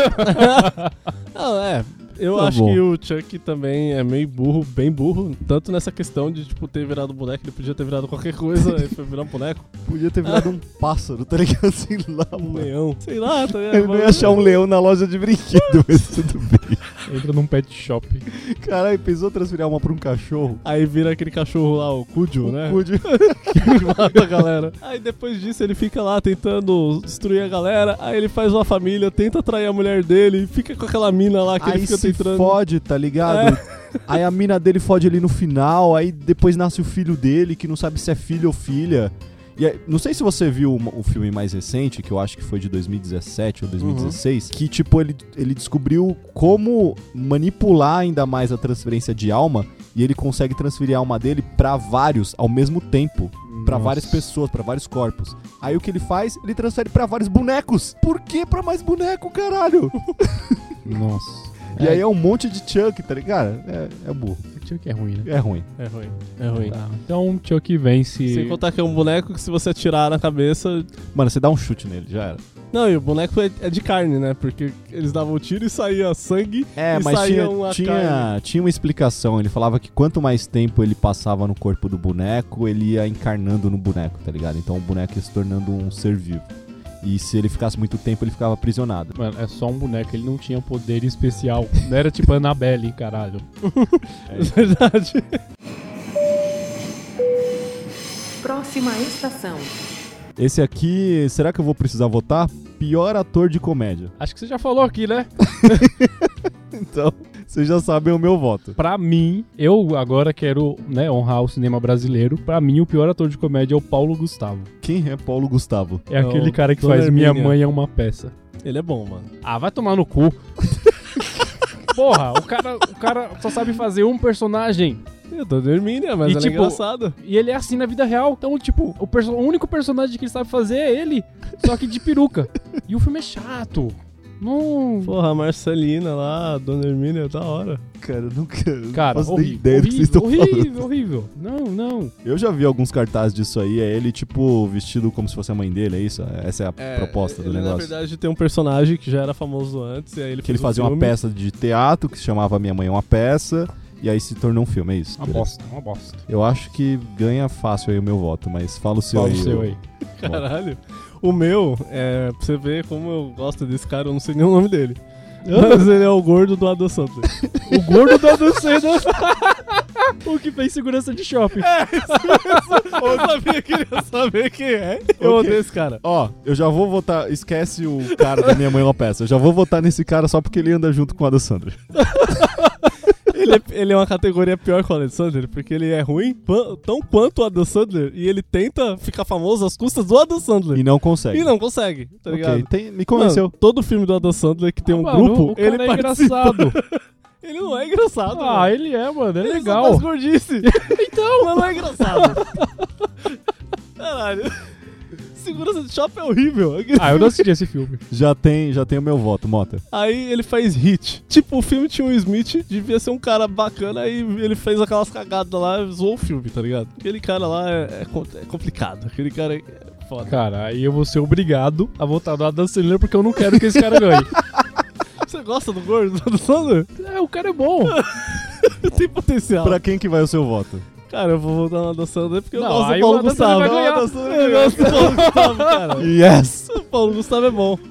Não, eu Tá acho bom. que o Chuck também é meio burro, bem burro. Tanto nessa questão de, tipo, ter virado boneco, ele podia ter virado qualquer coisa e foi virar um boneco. Podia ter virado um pássaro, tá ligado? Sei lá, Um mano. leão. Sei lá, tá ligado? Ele não ia achar um leão na loja de brinquedo, mas tudo bem. Entra num pet shop. Caralho, pensou transferir a alma pra um cachorro? Aí vira aquele cachorro lá, o Cujo, né? Pude. Que mata a galera. Aí depois disso ele fica lá tentando destruir a galera. Aí ele faz uma família, tenta atrair a mulher dele, fica com aquela mina lá que ele Aí fica se tentando. fode, tá ligado? Aí a mina dele fode ele no final, aí depois nasce o filho dele, que não sabe se é filho ou filha. E aí, não sei se você viu o filme mais recente, que eu acho que foi de 2017 ou 2016, que tipo, ele descobriu como manipular ainda mais a transferência de alma, e ele consegue transferir a alma dele pra vários ao mesmo tempo. Pra várias pessoas, pra vários corpos. Aí o que ele faz? Ele transfere pra vários bonecos. Por que pra mais boneco, caralho? Nossa. E aí é um monte de Chuck, tá ligado? É burro. Chuck é ruim, né? É ruim. É ruim. Tá, então Chuck vence. Sem contar que é um boneco que se você atirar na cabeça... Mano, você dá um chute nele, já era. Não, e o boneco é de carne, né? Porque eles davam o tiro e saía sangue e mas saía uma carne. tinha uma explicação. Ele falava que quanto mais tempo ele passava no corpo do boneco, ele ia encarnando no boneco, tá ligado? Então o boneco ia se tornando um ser vivo. E se ele ficasse muito tempo, ele ficava aprisionado. Mano, é só um boneco, ele não tinha poder especial. Não era tipo Annabelle, caralho. É verdade. Próxima estação. Esse aqui, será que eu vou precisar votar? Pior ator de comédia. Acho que você já falou aqui, né? Então, vocês já sabem o meu voto. Pra mim, eu agora quero, né, honrar o cinema brasileiro. Pra mim, o pior ator de comédia é o Paulo Gustavo. Quem é Paulo Gustavo? É aquele cara que Dona faz Hermínia. Minha Mãe é uma Peça. Ele é bom, mano. Ah, vai tomar no cu. Porra, o cara só sabe fazer um personagem. Eu tô dormindo, mas E, ela é tipo, engraçada. E ele é assim na vida real. Então, tipo, o único personagem que ele sabe fazer é ele. Só que de peruca. E o filme é chato. Não... Porra, a Marcelina lá, a Dona Hermínia, da hora. Cara, eu nunca Cara, faço nem horrível, ideia do que vocês estão horrível, falando. horrível. Não. Eu já vi alguns cartazes disso aí, é ele, tipo, vestido como se fosse a mãe dele, é isso? Essa é a proposta do ele, negócio. Na verdade, tem um personagem que já era famoso antes, e aí ele Que ele fez um fazia uma filme. peça de teatro que se chamava Minha Mãe é uma Peça, e aí se tornou um filme, é isso? Uma bosta. Eu acho que ganha fácil aí o meu voto, mas fala o seu Fala aí. o seu aí. Caralho. O meu, pra você ver como eu gosto desse cara, eu não sei nem o nome dele. Mas ele é o gordo do Adam Sandler. O gordo da Dulceida. O que fez segurança de shopping. Eu sabia que ele ia saber quem é. Eu Ok. odeio esse cara. Ó, eu já vou votar, esquece o cara da Minha Mãe é uma Peça, eu já vou votar nesse cara só porque ele anda junto com o Adam Sandler. Ele é uma categoria pior que o Adam Sandler, porque ele é ruim tão quanto o Adam Sandler, e ele tenta ficar famoso às custas do Adam Sandler. E não consegue. E não consegue, tá ligado? Ok, me convenceu. Mano, todo filme do Adam Sandler que tem um Mano, grupo, o cara ele é participa. engraçado. Ele não é engraçado, Ah, mano. ele é, mano. É Ele legal. só faz gordice. Então, mas não é engraçado. Caralho. Segurança de shopping é horrível. Ah, eu não assisti esse filme. Já tem o meu voto, Mota. Aí ele faz hit. Tipo, o filme tinha o Smith, devia ser um cara bacana, aí ele fez aquelas cagadas lá e zoou o filme, tá ligado? Aquele cara lá é complicado. Aquele cara é foda. Cara, aí eu vou ser obrigado a votar no Adam Sandler porque eu não quero que esse cara ganhe. Você gosta do gordo do Sandler? É, o cara é bom. Tem potencial. Pra quem que vai o seu voto? Cara, eu vou votar no Adam Sandler porque eu Não, gosto do aí Paulo o Adam Gustavo. Sandler vai ganhar. Eu gosto do Paulo Gustavo, cara. Yes! O Paulo Gustavo é bom.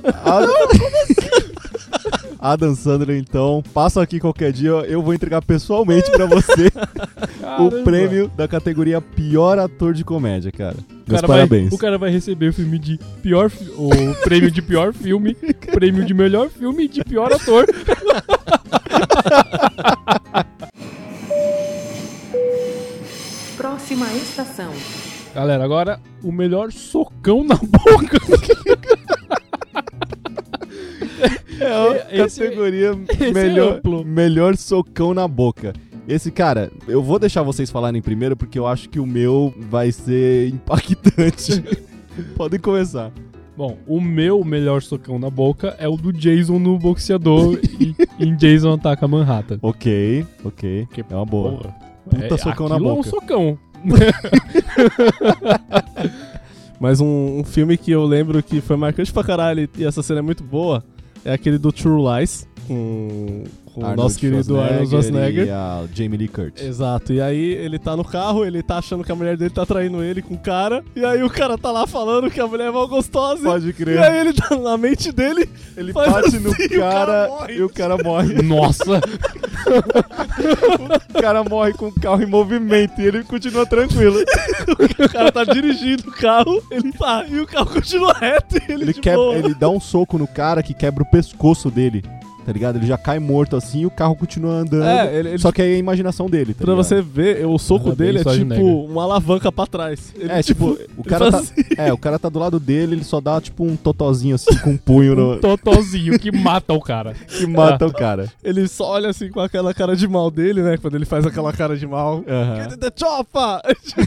Adam Sandler, então, passa aqui qualquer dia, eu vou entregar pessoalmente pra você Caramba. o prêmio da categoria Pior Ator de Comédia, cara. O Meus cara parabéns. o cara vai receber o filme de pior o prêmio de pior filme, prêmio de melhor filme e de pior ator. Próxima estação. Galera, agora o melhor socão na boca. É a categoria é amplo. melhor socão na boca. Esse, cara, eu vou deixar vocês falarem primeiro porque eu acho que o meu vai ser impactante. Podem começar. Bom, o meu melhor socão na boca é o do Jason no boxeador e em Jason Ataca Manhattan. Ok. É uma boa. Porra, Puta socão na aquilo boca. É um socão. Mas um filme que eu lembro que foi marcante pra caralho e essa cena é muito boa é aquele do True Lies com o nosso querido Arnold Schwarzenegger. E a Jamie Lee Curtis. Exato, e aí ele tá no carro, ele tá achando que a mulher dele tá traindo ele com o cara, e aí o cara tá lá falando que a mulher é mal gostosa. Pode E crer. aí ele tá na mente dele, Ele faz bate assim, no e o cara morre. e o cara morre. Nossa! O cara morre com o carro em movimento e ele continua tranquilo. O cara tá dirigindo o carro, ele tá, e o carro continua reto e ele de boa. Ele dá um soco no cara que quebra o pescoço dele. tá ligado? Ele já cai morto assim e o carro continua andando. Só que aí é a imaginação dele, tá pra ligado? você ver, o soco dele é tipo uma alavanca pra trás. Ele, tipo, o cara tá, o cara tá do lado dele, ele só dá tipo um totozinho assim com um punho no... totozinho que mata o cara. Que mata o cara. Ele só olha assim com aquela cara de mal dele, né? Quando ele faz aquela cara de mal. Get the chopper!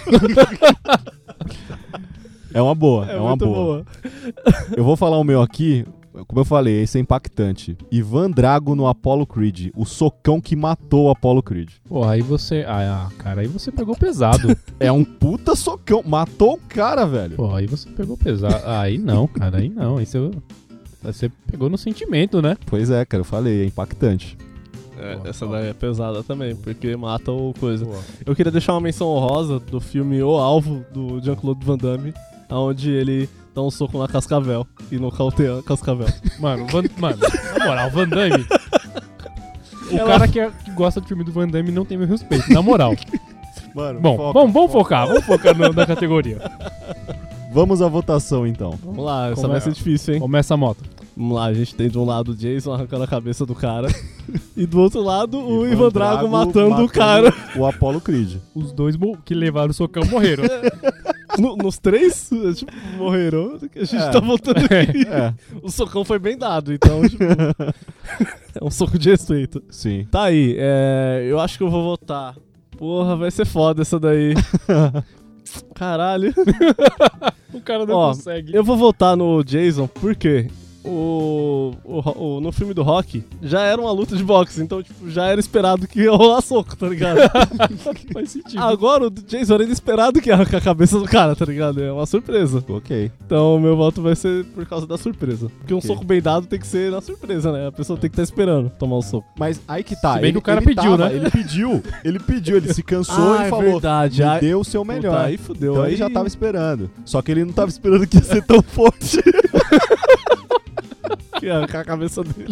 É uma boa, é uma boa. Eu vou falar o meu aqui, como eu falei, esse é impactante. Ivan Drago no Apollo Creed, o socão que matou o Apollo Creed. Pô, aí você... cara, aí você pegou pesado. É um puta socão, matou o cara, velho. Pô, aí você pegou pesado. Aí não, cara, aí não. Aí você pegou no sentimento, né? Pois é, cara, eu falei, é impactante. Essa daí é pesada também, porque mata o coisa. Eu queria deixar uma menção honrosa do filme O Alvo, do Jean-Claude Van Damme, onde ele dá um soco na Cascavel e nocauteia a Cascavel. Mano, na moral, Van Damme... O cara que gosta do filme do Van Damme não tem meu respeito, na moral. Mano, bom, vamos focar na categoria. Vamos à votação, então. Vamos lá, essa vai ser difícil, hein? Começa a moto. Vamos lá, a gente tem de um lado o Jason arrancando a cabeça do cara e do outro lado o Ivan Drago matando o cara. O Apollo Creed. Os dois que levaram o socão morreram. Nos três, tipo, morreram. A gente tá voltando aqui. O socão foi bem dado, então, tipo, é um soco de respeito. Sim. Tá aí, eu acho que eu vou votar. Porra, vai ser foda essa daí. Caralho. O cara não consegue. Eu vou votar no Jason, por quê? No filme do Rock, já era uma luta de boxe, então tipo, já era esperado que ia rolar soco, tá ligado? Faz sentido. Agora o Jason era inesperado que ia arrancar a cabeça do cara, tá ligado? É uma surpresa. Ok. Então o meu voto vai ser por causa da surpresa. Porque um soco bem dado tem que ser na surpresa, né? A pessoa tem que estar esperando tomar o soco. Mas aí que tá. Se bem que o cara pediu, né? Ele pediu, ele se cansou e falou, verdade. Me deu o seu melhor. Aí fudeu. Então ele já tava esperando. Só que ele não tava esperando que ia ser tão forte. Que ia arrancar a cabeça dele.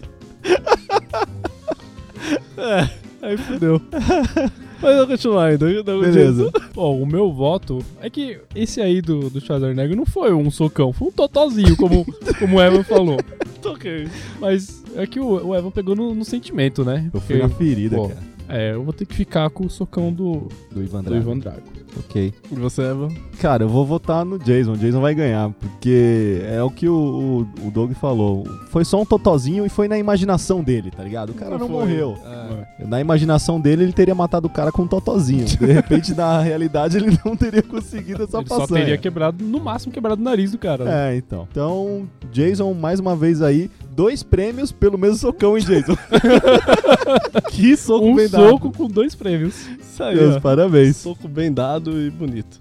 Aí fudeu. Mas eu vou continuar ainda. Beleza. Bom, o meu voto é que esse aí do Schwarzenegger não foi um socão, foi um totozinho, como o Evan falou. Ok. Mas é que o Evan pegou no sentimento, né? Eu fui na ferida, cara. Eu vou ter que ficar com o socão do Ivan Drago. Ok. E você, Evan? Cara, eu vou votar no Jason. O Jason vai ganhar, porque é o que o Doug falou. Foi só um totozinho e foi na imaginação dele, tá ligado? O cara não morreu. Na imaginação dele, ele teria matado o cara com um totozinho. De repente, na realidade, ele não teria conseguido essa façanha. Ele só teria quebrado, no máximo, quebrado o nariz do cara. Né? Então. Então, Jason, mais uma vez aí, 2 prêmios pelo mesmo socão, hein, Jason? Que soco bem dado. Um soco com 2 prêmios. Isso aí, Deus, parabéns. Soco bem dado e bonito.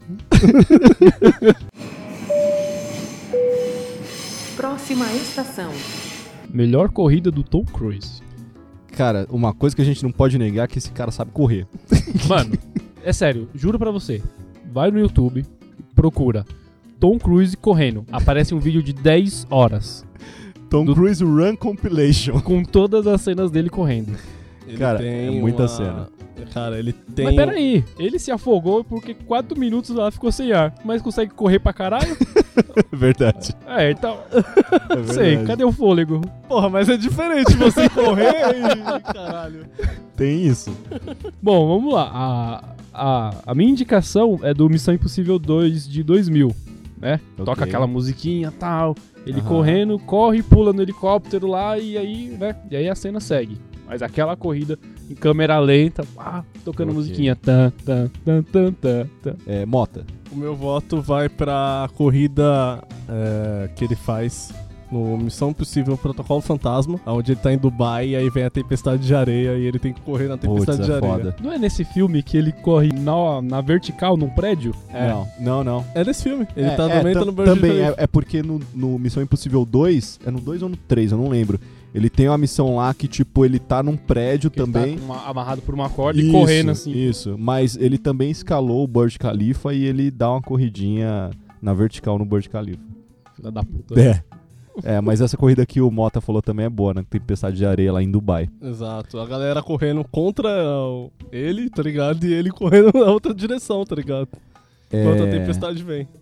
Próxima estação. Melhor corrida do Tom Cruise. Cara, uma coisa que a gente não pode negar é que esse cara sabe correr. Mano, é sério, juro pra você. Vai no YouTube, procura Tom Cruise correndo. Aparece um vídeo de 10 horas. Tom Cruise Run Compilation. Com todas as cenas dele correndo. Cara, é muita cena. Cara, ele tem... Mas peraí, ele se afogou porque 4 minutos lá ficou sem ar. Mas consegue correr pra caralho? Verdade. Então... Sei, cadê o fôlego? Porra, mas é diferente você correr e... Caralho. Tem isso. Bom, vamos lá. A minha indicação é do Missão Impossível 2 de 2000, né? Okay. Toca aquela musiquinha e tal. Ele correndo, corre, pula no helicóptero lá e aí, né? E aí a cena segue. Mas aquela corrida em câmera lenta, tocando musiquinha. Tan, tan, tan, tan, tan, tan. Mota. O meu voto vai pra corrida que ele faz no Missão Impossível Protocolo Fantasma, onde ele tá em Dubai e aí vem a tempestade de areia e ele tem que correr na tempestade de areia. Foda. Não é nesse filme que ele corre na vertical, num prédio? Não. É nesse filme. Ele tá também no Burj Também, é porque no Missão Impossível 2, é no 2 ou no 3, eu não lembro. Ele tem uma missão lá que, tipo, ele tá num prédio que também. Ele tá amarrado por uma corda e correndo assim. Isso, mas ele também escalou o Burj Khalifa e ele dá uma corridinha na vertical no Burj Khalifa. Filha da puta. Mas essa corrida que o Mota falou também é boa, né? Tempestade de areia lá em Dubai. Exato. A galera correndo contra ele, tá ligado? E ele correndo na outra direção, tá ligado? Enquanto a tempestade vem.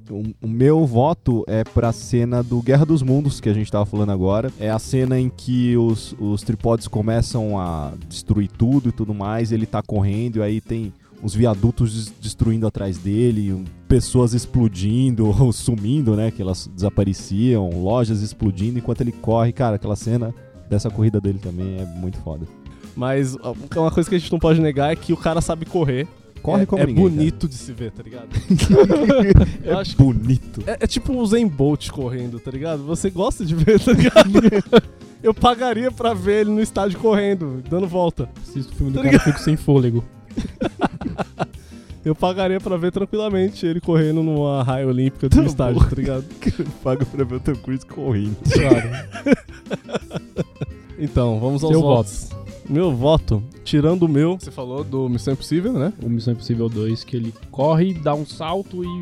O meu voto é pra cena do Guerra dos Mundos, que a gente tava falando agora. É a cena em que os tripódes começam a destruir tudo e tudo mais, ele tá correndo e aí tem os viadutos destruindo atrás dele, pessoas explodindo ou sumindo, né, que elas desapareciam, lojas explodindo enquanto ele corre. Cara, aquela cena dessa corrida dele também é muito foda. Mas uma coisa que a gente não pode negar é que o cara sabe correr. Corre como ninguém, bonito cara. De se ver, tá ligado? Eu acho bonito. É tipo o Usain Bolt correndo, tá ligado? Você gosta de ver, tá ligado? Eu pagaria pra ver ele no estádio correndo, dando volta. Assisto o filme do cara e fico sem fôlego. Eu pagaria pra ver tranquilamente ele correndo numa raia olímpica do estádio, tá ligado? Paga pra ver o Tom Cruise correndo. Claro. Então, vamos aos votos. Meu voto, tirando o meu, você falou do Missão Impossível, né? O Missão Impossível 2, que ele corre, dá um salto e...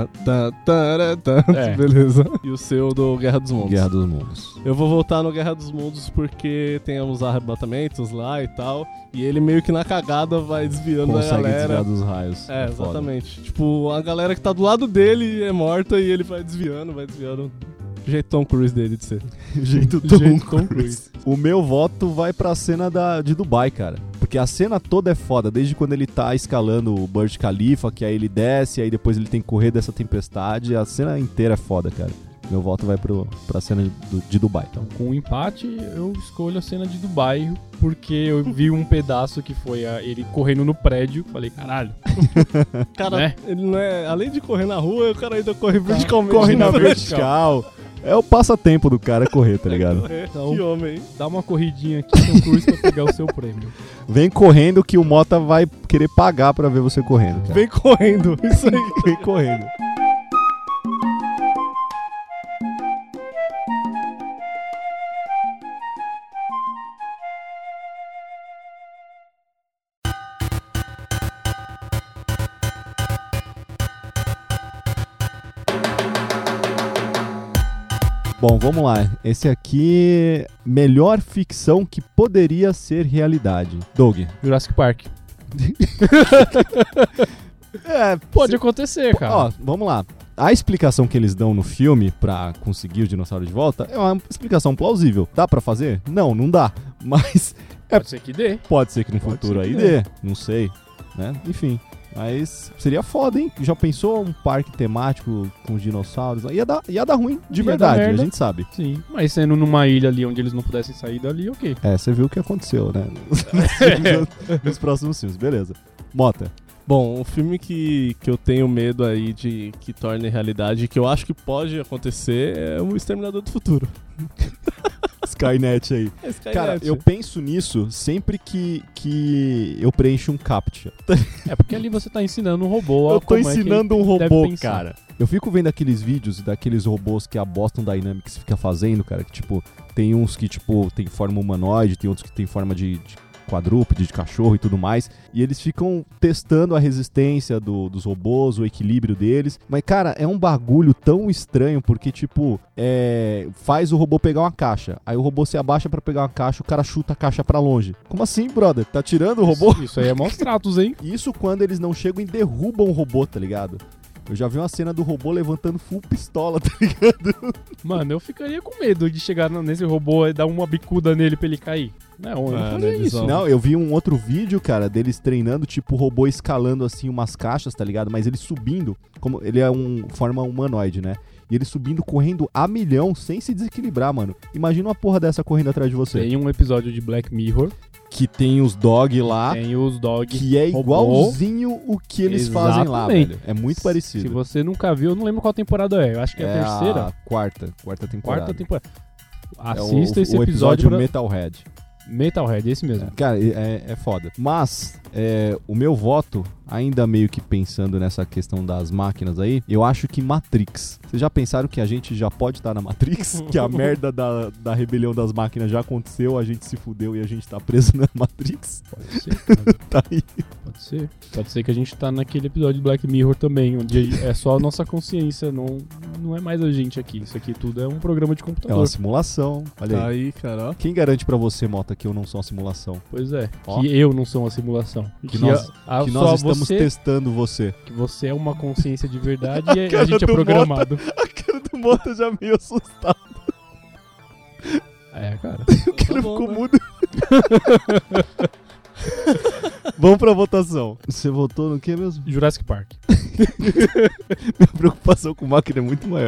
Beleza. E o seu do Guerra dos Mundos. Guerra dos Mundos. Eu vou voltar no Guerra dos Mundos porque tem os arrebatamentos lá e tal. E ele meio que na cagada vai desviando Consegue a galera. desviar dos raios. É, exatamente. Tipo, a galera que tá do lado dele é morta e ele vai desviando. O jeito Tom Cruise dele de ser. O jeito Tom Cruise. O meu voto vai pra cena de Dubai, cara. Porque a cena toda é foda. Desde quando ele tá escalando o Burj Khalifa, que aí ele desce, aí depois ele tem que correr dessa tempestade. A cena inteira é foda, cara. Meu voto vai pra cena de Dubai. Então, com o empate, eu escolho a cena de Dubai, porque eu vi um pedaço que foi ele correndo no prédio. Falei, caralho. Cara, né? Ele não é... Além de correr na rua, o cara ainda corre verticalmente. Corre na vertical. É o passatempo do cara correr, tá ligado? Então, que homem. Dá uma corridinha aqui no Cruise pra pegar o seu prêmio. Vem correndo que o Mota vai querer pagar pra ver você correndo, cara. Vem correndo. Isso aí. Vem correndo. Bom, vamos lá. Esse aqui, melhor ficção que poderia ser realidade. Doug. Jurassic Park. Pode acontecer, cara. Ó, vamos lá. A explicação que eles dão no filme pra conseguir o dinossauro de volta é uma explicação plausível. Dá pra fazer? Não dá. Mas Pode ser que dê. pode ser que no futuro aí dê. Não sei, né? Enfim. Mas seria foda, hein? Já pensou um parque temático com dinossauros? Ia dar ruim, de verdade, a gente sabe. Sim, mas sendo numa ilha ali onde eles não pudessem sair dali, ok. É, você viu o que aconteceu, né? Nos próximos filmes, beleza. Mota. Bom, o filme que eu tenho medo aí de que torne realidade, que eu acho que pode acontecer, é o Exterminador do Futuro. Skynet aí. Skynet. Cara, eu penso nisso sempre que eu preencho um CAPTCHA. É porque ali você tá ensinando um robô. Eu tô ensinando um robô, pensar. cara. Eu fico vendo aqueles vídeos daqueles robôs que a Boston Dynamics fica fazendo, cara, que tipo, tem uns que tipo, tem forma humanoide, tem outros que tem forma de quadrúpede, de cachorro e tudo mais, e eles ficam testando a resistência dos robôs, o equilíbrio deles, mas cara, é um bagulho tão estranho, porque tipo, faz o robô pegar uma caixa, aí o robô se abaixa pra pegar uma caixa, o cara chuta a caixa pra longe. Como assim, brother? Tá tirando o robô? Isso aí é maus tratos, hein? Isso quando eles não chegam e derrubam o robô, tá ligado? Eu já vi uma cena do robô levantando full pistola, tá ligado? Mano, eu ficaria com medo de chegar nesse robô e dar uma bicuda nele pra ele cair. Não, eu não faria isso. Não, eu vi um outro vídeo, cara, deles treinando, tipo, o robô escalando, assim, umas caixas, tá ligado? Mas ele subindo, como ele é forma humanoide, né? E ele subindo, correndo a milhão, sem se desequilibrar, mano. Imagina uma porra dessa correndo atrás de você. Tem um episódio de Black Mirror. Que tem os dog lá. Tem os dog. Que é igualzinho o que eles fazem lá, velho. É muito parecido. Se você nunca viu, eu não lembro qual temporada é. Eu acho que é a terceira. A quarta temporada. Quarta temporada. Assista esse episódio Metalhead. Metalhead, esse mesmo. Cara, é foda. Mas, o meu voto, ainda meio que pensando nessa questão das máquinas aí, eu acho que Matrix. Vocês já pensaram que a gente já pode estar na Matrix? Que a merda da rebelião das máquinas já aconteceu, a gente se fudeu e a gente tá preso na Matrix? Pode ser, cara. Tá aí. Pode ser. Pode ser que a gente tá naquele episódio de Black Mirror também, onde é só a nossa consciência, não é mais a gente aqui. Isso aqui tudo é um programa de É computador. uma simulação. Olha Tá aí. aí, cara, ó. Quem garante pra você, Mota, que eu não sou uma simulação? Pois é, Ó. que eu não sou uma simulação. Que nós só estamos você, testando você. que você é uma consciência de verdade e a cara gente é do programado. A cara do Mota já meio assustado. É, cara. O cara bom, ficou né? mudo. Vamos pra votação. Você votou no que mesmo? Jurassic Park. Minha preocupação com máquina é muito maior.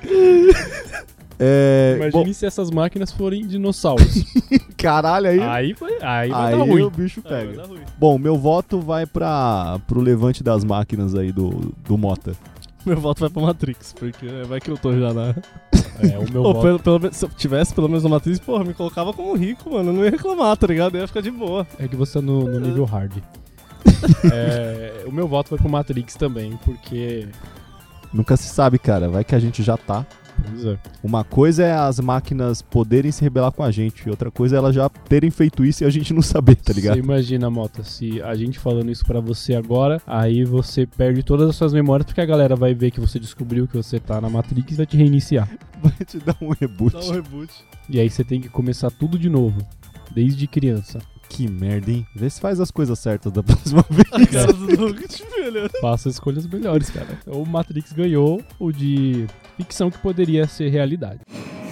Imagine se essas máquinas forem dinossauros. Caralho, aí Aí vai aí dar ruim. o bicho Vai pega. dar ruim. Bom, meu voto vai pro levante das máquinas aí do Mota. Meu voto vai pra Matrix, porque vai que eu tô já na... É, o meu Pô, voto se eu tivesse pelo menos uma Matrix, porra, me colocava como rico, mano. Eu não ia reclamar, tá ligado? Eu ia ficar de boa. é que você tá no nível hard. O meu voto vai pro Matrix também, porque... Nunca se sabe, cara. Vai que a gente já tá. Pois é. Uma coisa é as máquinas poderem se rebelar com a gente, e outra coisa é elas já terem feito isso e a gente não saber, tá ligado? Você imagina, Mota, se a gente falando isso pra você agora, aí você perde todas as suas memórias, porque a galera vai ver que você descobriu que você tá na Matrix e vai te reiniciar. Vai te dar um reboot. Dá um reboot. E aí você tem que começar tudo de novo, desde criança. Que merda, hein? Vê se faz as coisas certas da próxima vez. Cara do Nugget, velho. Faça escolhas melhores, cara. O Matrix ganhou o de ficção que poderia ser realidade.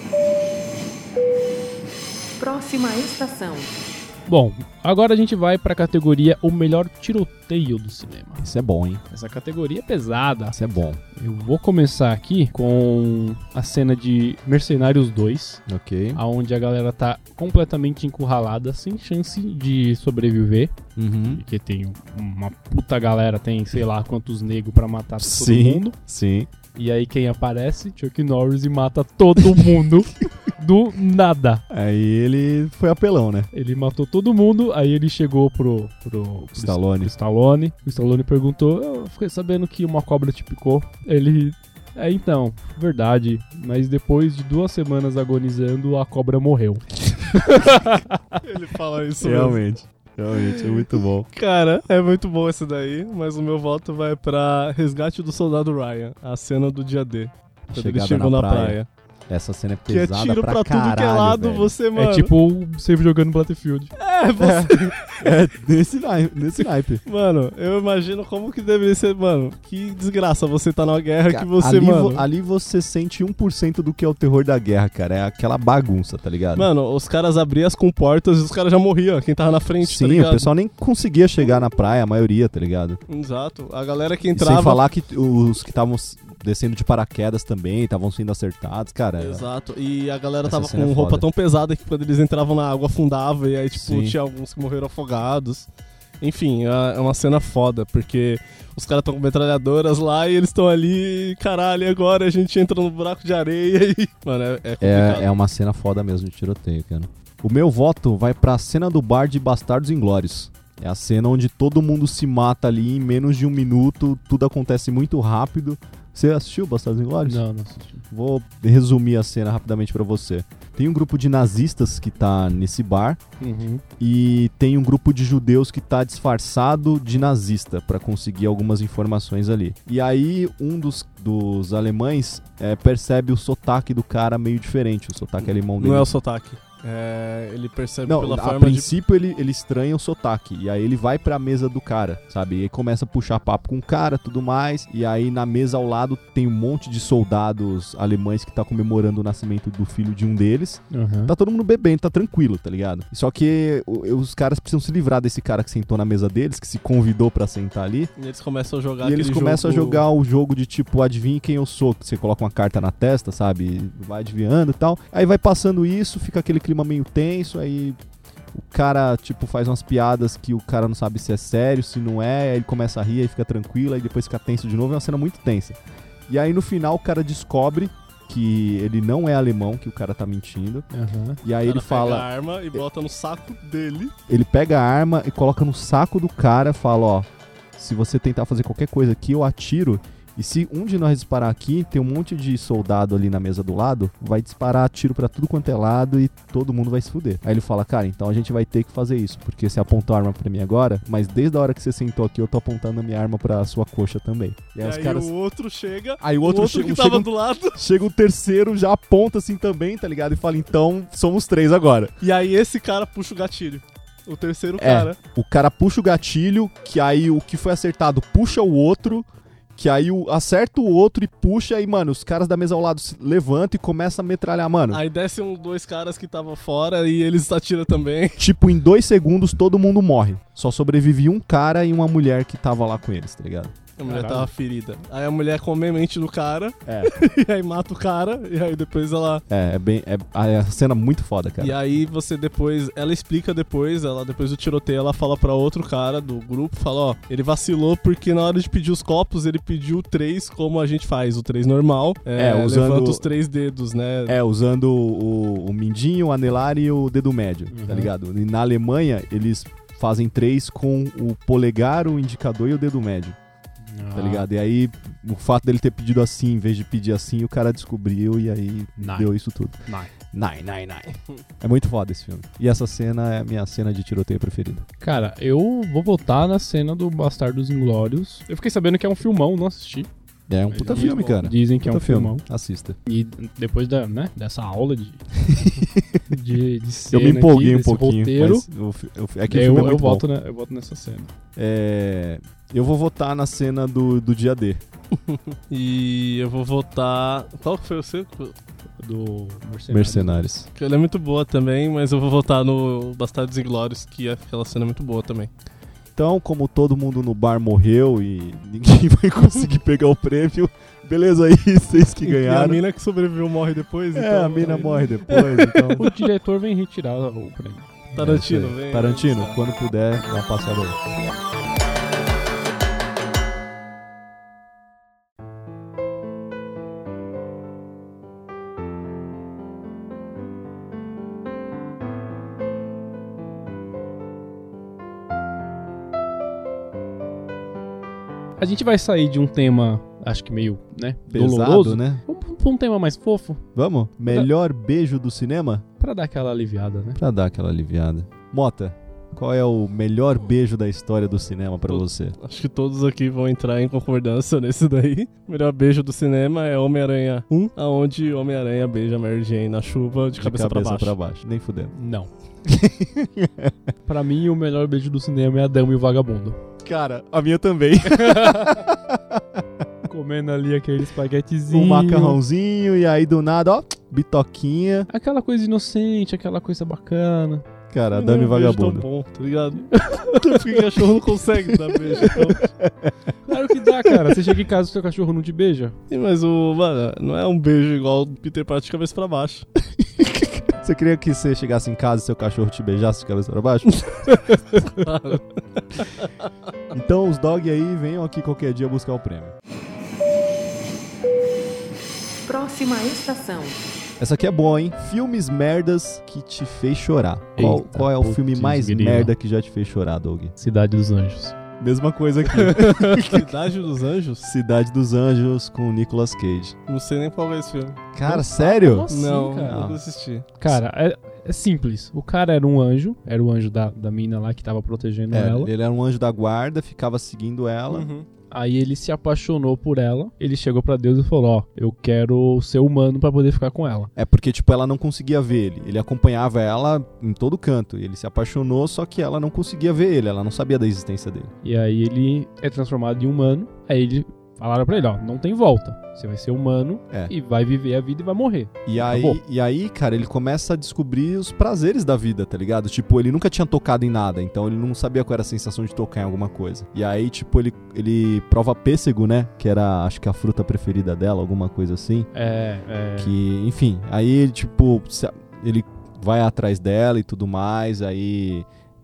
Próxima estação. Bom, agora a gente vai pra categoria O Melhor Tiroteio do Cinema. Isso é bom, hein? Essa categoria é pesada. Isso é bom. Eu vou começar aqui com a cena de Mercenários 2, Ok. onde a galera tá completamente encurralada, sem chance de sobreviver, Uhum. porque tem uma puta galera, tem sei lá quantos negros pra matar todo Sim, mundo. sim. E aí quem aparece? Chuck Norris e mata todo mundo do nada. Aí ele foi apelão, né? Ele matou todo mundo, aí ele chegou pro Stallone. Stallone. O Stallone perguntou: eu fiquei sabendo que uma cobra te picou. Ele... então, verdade. Mas depois de 2 semanas agonizando, a cobra morreu. Ele fala isso mesmo. Realmente, é muito bom. Cara, é muito bom esse daí, mas o meu voto vai pra Resgate do Soldado Ryan, a cena do dia D. Quando ele Chegada chegou na na praia. praia. Essa cena é Que é pesada tiro pra tudo que é caralho, lado, velho. você, mano. É tipo você jogando Battlefield. É, você... É, nesse naipe. Mano, eu imagino como que deveria ser, mano. Que desgraça você tá numa guerra que você, ali, mano... ali você sente 1% do que é o terror da guerra, cara. É aquela bagunça, tá ligado? Mano, os caras abriam as comportas e os caras já morriam. Quem tava na frente, Sim, tá ligado? o pessoal nem conseguia chegar na praia, a maioria, tá ligado? Exato. A galera que E entrava... sem falar que os que estavam descendo de paraquedas também, estavam sendo acertados, cara. Exato. E a galera Essa tava cena com é roupa foda. tão pesada que quando eles entravam na água afundava e aí, tipo, Sim. tinha alguns que morreram afogados. Enfim, é uma cena foda, porque os caras estão com metralhadoras lá e eles estão ali, caralho, e agora a gente entra no buraco de areia e... Mano, é complicado. É uma cena foda mesmo de tiroteio, cara. O meu voto vai pra cena do bar de Bastardos Inglórios. É a cena onde todo mundo se mata ali em menos de 1 minuto, tudo acontece muito rápido. Você assistiu Bastardos Inglórios? Não assisti. Vou resumir a cena rapidamente pra você. Tem um grupo de nazistas que tá nesse bar e tem um grupo de judeus que tá disfarçado de nazista pra conseguir algumas informações ali. E aí um dos alemães percebe o sotaque do cara meio diferente, o sotaque alemão dele. Não é o sotaque. Ele percebe Não, pela a forma de... princípio ele estranha o sotaque, e aí ele vai pra mesa do cara, sabe? E aí começa a puxar papo com o cara, tudo mais, e aí na mesa ao lado tem um monte de soldados alemães que tá comemorando o nascimento do filho de um deles. Tá todo mundo bebendo, tá tranquilo, tá ligado? Só que os caras precisam se livrar desse cara que sentou na mesa deles, que se convidou pra sentar ali. E eles começam a jogar E aquele eles começam jogo... a jogar o jogo de tipo, adivinhe quem eu sou, que você coloca uma carta na testa, sabe? E vai adivinhando e tal. Aí vai passando isso, fica aquele clima meio tenso, aí o cara, tipo, faz umas piadas que o cara não sabe se é sério, se não é, aí ele começa a rir, aí fica tranquilo, aí depois fica tenso de novo, é uma cena muito tensa. E aí no final o cara descobre que ele não é alemão, que o cara tá mentindo, e aí ele fala... Pega a arma e bota no saco dele. Ele pega a arma e coloca no saco do cara, fala, ó, se você tentar fazer qualquer coisa aqui, eu atiro E se um de nós disparar aqui, tem um monte de soldado ali na mesa do lado, vai disparar tiro pra tudo quanto é lado e todo mundo vai se fuder. Aí ele fala, cara, então a gente vai ter que fazer isso, porque você apontou a arma pra mim agora, mas desde a hora que você sentou aqui, eu tô apontando a minha arma pra sua coxa também. E aí os caras... o outro chega, aí o outro que tava do lado... Chega o terceiro, já aponta assim também, tá ligado? E fala, então, somos 3 agora. E aí esse cara puxa o gatilho. O terceiro cara. O cara puxa o gatilho, que aí o que foi acertado puxa o outro, que aí acerta o outro e puxa, e, mano, os caras da mesa ao lado se levantam e começam a metralhar, mano. Aí descem 2 caras que estavam fora e eles atiram também. Tipo, em 2 segundos todo mundo morre. Só sobrevive um cara e uma mulher que tava lá com eles, tá ligado? A mulher tava ferida. Aí a mulher come a mente do cara. E aí mata o cara. E aí depois ela... É a cena muito foda, cara. E aí você depois... Ela explica depois do tiroteio, ela fala pra outro cara do grupo, fala, ó, ele vacilou porque na hora de pedir os copos, ele pediu 3 como a gente faz, o 3 normal. Usando... Levanta os 3 dedos, né? Usando o mindinho, o anelar e o dedo médio, tá ligado? E na Alemanha, eles fazem 3 com o polegar, o indicador e o dedo médio. Tá ligado? E aí, o fato dele ter pedido assim, em vez de pedir assim, o cara descobriu e aí deu isso tudo. Nine. É muito foda esse filme. E essa cena é a minha cena de tiroteio preferida. Cara, eu vou votar na cena do Bastardos Inglórios. Eu fiquei sabendo que é um filmão, não assisti. É um puta filme, cara. Dizem que é um filmão. Assista. E depois dessa aula de cena eu me empolguei aqui, um pouquinho. Roteiro, é que o filme é muito bom. Eu voto nessa cena. Eu vou votar na cena do dia D. E eu vou votar... Qual que foi o seu? Do Mercenários. Que ela é muito boa também, mas eu vou votar no Bastardos Inglórios, que aquela cena é muito boa também. Então, como todo mundo no bar morreu e ninguém vai conseguir pegar o prêmio, beleza aí, vocês que ganharam. E a mina que sobreviveu morre depois, então... a mina morre depois, então... O diretor vem retirar o prêmio. Tarantino, vem. Tarantino, quando puder, dá uma passada aí. A gente vai sair de um tema, acho que meio, pesado, doloroso, né? Vamos pra um tema mais fofo. Vamos? Melhor beijo do cinema? Pra dar aquela aliviada, né? Pra dar aquela aliviada. Mota, qual é o melhor beijo da história do cinema pra você? Acho que todos aqui vão entrar em concordância nesse daí. O melhor beijo do cinema é Homem-Aranha 1, onde Homem-Aranha beija a Mary Jane na chuva de cabeça pra baixo. Nem fudendo. Não. Pra mim, o melhor beijo do cinema é a Dama e o Vagabundo. Cara, a minha também. Comendo ali aquele espaguetezinho. Um macarrãozinho e aí do nada, ó, bitoquinha. Aquela coisa inocente, aquela coisa bacana. Cara, a Dama e o Vagabundo. Tão bom, tá ligado? Porque o cachorro não consegue dar beijo, então... Claro que dá, cara. Você chega em casa e o seu cachorro não te beija. Sim, mas mano, não é um beijo igual o Peter Pan de cabeça pra baixo. Você queria que você chegasse em casa e seu cachorro te beijasse de cabeça pra baixo? Claro. Então os dog aí venham aqui qualquer dia buscar o prêmio. Próxima estação. Essa aqui é boa, hein? Filmes merdas que te fez chorar. Qual é o filme mais grila. merda que já te fez chorar, Doug? Cidade dos Anjos. Mesma coisa aqui. Cidade dos Anjos? Cidade dos Anjos com o Nicolas Cage. Não sei nem qual é esse filme. Cara, sério? Como assim, não, cara? nunca assisti. Cara, é simples. O cara era um anjo. Era o anjo da mina lá que tava protegendo ela. Ele era um anjo da guarda, ficava seguindo ela. Uhum. Aí ele se apaixonou por ela. Ele chegou pra Deus e falou, ó, eu quero ser humano pra poder ficar com ela. É porque, tipo, ela não conseguia ver ele. Ele acompanhava ela em todo canto. Ele se apaixonou, só que ela não conseguia ver ele. Ela não sabia da existência dele. E aí ele é transformado em humano. Aí ele falaram pra ele, ó, não tem volta. Você vai ser humano e vai viver a vida e vai morrer. E aí, cara, ele começa a descobrir os prazeres da vida, tá ligado? Tipo, ele nunca tinha tocado em nada, então ele não sabia qual era a sensação de tocar em alguma coisa. E aí, tipo, ele prova pêssego, né? Que era, acho que a fruta preferida dela, alguma coisa assim. Que, enfim, aí, tipo, ele vai atrás dela e tudo mais, aí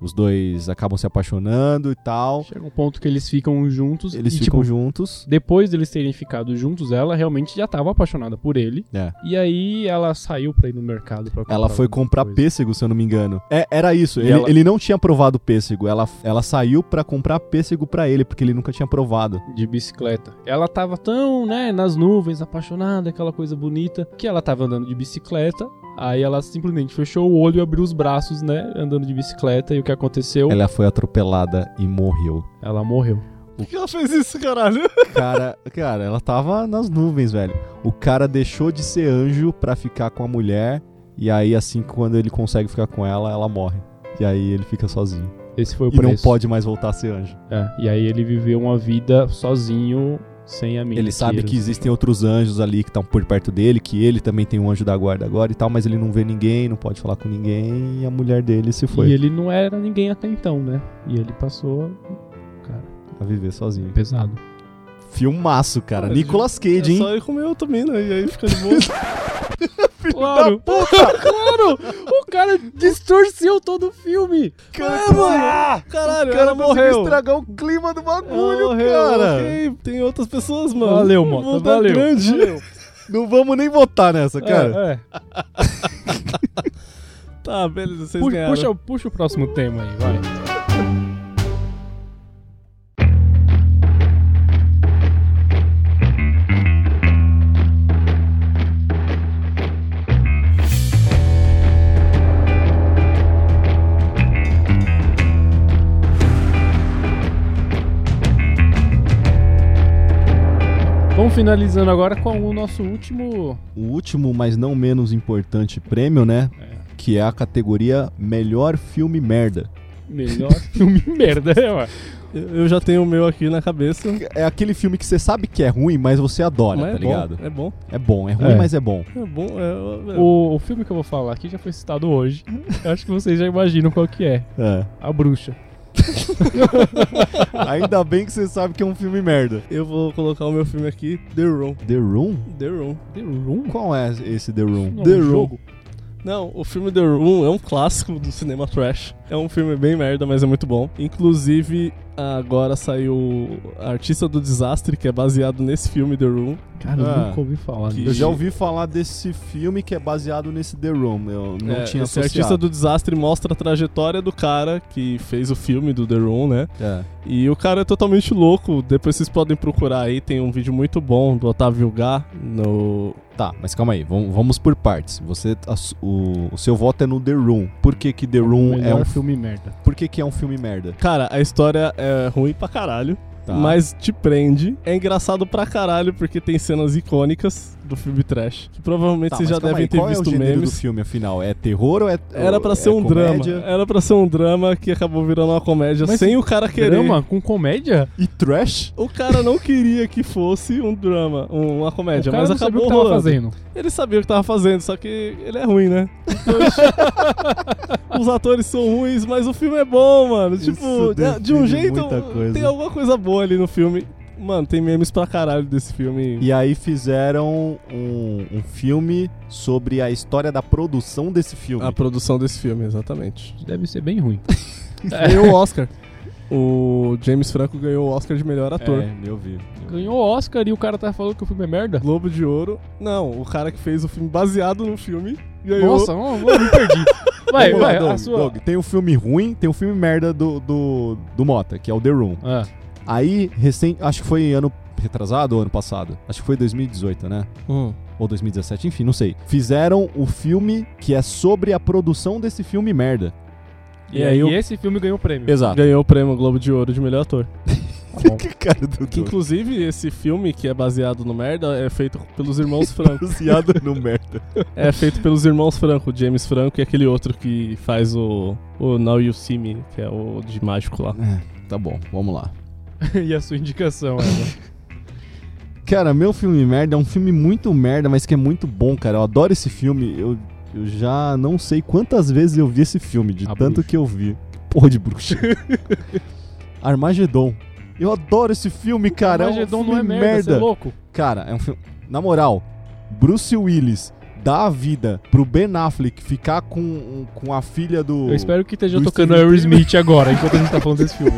Os dois acabam se apaixonando e tal. Chega um ponto que eles ficam juntos. Eles e, ficam tipo, juntos. depois deles terem ficado juntos, ela realmente já tava apaixonada por ele. É. E aí ela saiu pra ir no mercado pra comprar Ela foi alguma comprar coisa. pêssego, se eu não me engano. Era isso. E Ele não tinha provado pêssego. Ela saiu pra comprar pêssego pra ele, porque ele nunca tinha provado. De bicicleta. Ela tava tão, né, nas nuvens, apaixonada, aquela coisa bonita, que ela tava andando de bicicleta. Aí ela simplesmente fechou o olho e abriu os braços, né, andando de bicicleta. E o que aconteceu? Ela foi atropelada e morreu. Ela morreu. Por que ela fez isso, caralho? Cara, ela tava nas nuvens, velho. O cara deixou de ser anjo pra ficar com a mulher. E aí, assim, quando ele consegue ficar com ela, ela morre. E aí ele fica sozinho. Esse foi o E preço. não pode mais voltar a ser anjo. É, e aí ele viveu uma vida sozinho, sem a mina. Ele sabe que existem outros anjos ali que estão por perto dele, que ele também tem um anjo da guarda agora e tal, mas ele não vê ninguém, não pode falar com ninguém, e a mulher dele se foi E ele não era ninguém até então, né? E ele passou, cara, a viver sozinho. pesado. Filmaço, cara. Ah, Nicolas Cage, É hein? só ir comer outra mina e aí fica de boa. Claro, claro! O cara distorceu todo o filme! Caralho, O cara ela morreu. estragar o clima do bagulho, Ela morreu, cara. ok. Tem outras pessoas, mano. Valeu, Mota, Mundo é valeu. grande. Valeu. Não vamos nem votar nessa, cara. Tá, beleza, vocês ganharam. Puxa o próximo tema aí, vai. Vamos finalizando agora com o nosso último... O último, mas não menos importante prêmio, né? Que é a categoria Melhor Filme Merda. Melhor filme merda, ué. Eu já tenho o meu aqui na cabeça. É aquele filme que você sabe que é ruim, mas você adora, Mas tá ligado? É bom. É bom, é ruim, É. mas é bom. É bom. O filme que eu vou falar aqui já foi citado hoje. Eu acho que vocês já imaginam qual que é. É. A Bruxa. Ainda bem que você sabe que é um filme merda. Eu vou colocar o meu filme aqui, The Room. The Room? The Room. The Room? Qual é esse The Room? Não, The um Room. jogo. Não, o filme The Room é um clássico do cinema trash. É um filme bem merda, mas é muito bom. Inclusive, agora saiu Artista do Desastre, que é baseado nesse filme The Room. Cara, eu Ah, nunca ouvi falar que- Eu nisso. já ouvi falar desse filme que é baseado nesse The Room. Eu não tinha Esse associado. Artista do Desastre mostra a trajetória do cara que fez o filme do The Room, né? É. E o cara é totalmente louco. Depois vocês podem procurar aí, tem um vídeo muito bom do Otávio Gá no... Tá, mas calma aí, vamos por partes. O seu voto é no The Room. Por que que The Room é Melhor um filme merda. Por que que é um filme merda? Cara, a história é ruim pra caralho. Tá. Mas te prende. É engraçado pra caralho porque tem cenas icônicas do filme trash. Que provavelmente Tá, vocês mas já calma devem aí, ter qual visto é o gênero memes. do filme, afinal? É terror ou é Era pra ser é um comédia? drama. Era pra ser um drama que acabou virando uma comédia Mas sem o cara querer. Drama com comédia? E trash? O cara não queria que fosse um drama, uma comédia, O cara mas não sabia acabou o que tava rolando. fazendo. Ele sabia o que tava fazendo, só que ele é ruim, né? Os atores são ruins, mas o filme é bom, mano. Isso Tipo, de um define jeito, muita coisa. tem alguma coisa boa ali no filme. Mano, tem memes pra caralho desse filme. E aí fizeram um filme sobre a história da produção desse filme. A produção desse filme, exatamente. Deve ser bem ruim. Ganhou o Oscar. O James Franco ganhou o Oscar de melhor ator. É, eu vi. Ganhou o Oscar e o cara tá falando que o filme é merda? Globo de Ouro. Não, o cara que fez o filme baseado no filme ganhou. Nossa, eu me perdi. Vai, Vamos lá, vai, Doug, a sua... Doug, tem um filme ruim, tem um filme merda do Mota, que é o The Room. Ah, Aí, acho que foi ano retrasado ou ano passado? Acho que foi 2018, né? Ou 2017, enfim, não sei. Fizeram o filme que é sobre a produção desse filme merda. e E aí aí esse filme ganhou o prêmio. Exato. Ganhou o prêmio Globo de Ouro de melhor ator. Tá bom. Que cara do Que Doug. inclusive esse filme, que é baseado no merda, é feito pelos irmãos Franco. Baseado no merda. É feito pelos irmãos Franco, James Franco e aquele outro que faz o Now You See Me, que é o de mágico lá. Tá bom, vamos lá. E a sua indicação, Eva? Cara, meu filme merda é um filme muito merda, mas que é muito bom, cara. Eu adoro esse filme. Eu já não sei quantas vezes eu vi esse filme, de A tanto Bruxa. que eu vi. Porra de bruxa. Armagedon. Eu adoro esse filme, cara. Armagedon é um não filme é merda, você é louco? Cara, é um filme... Na moral, Bruce Willis dar a vida pro Ben Affleck ficar com a filha do... Eu espero que esteja do tocando Steven Aerosmith agora, enquanto a gente tá falando desse filme.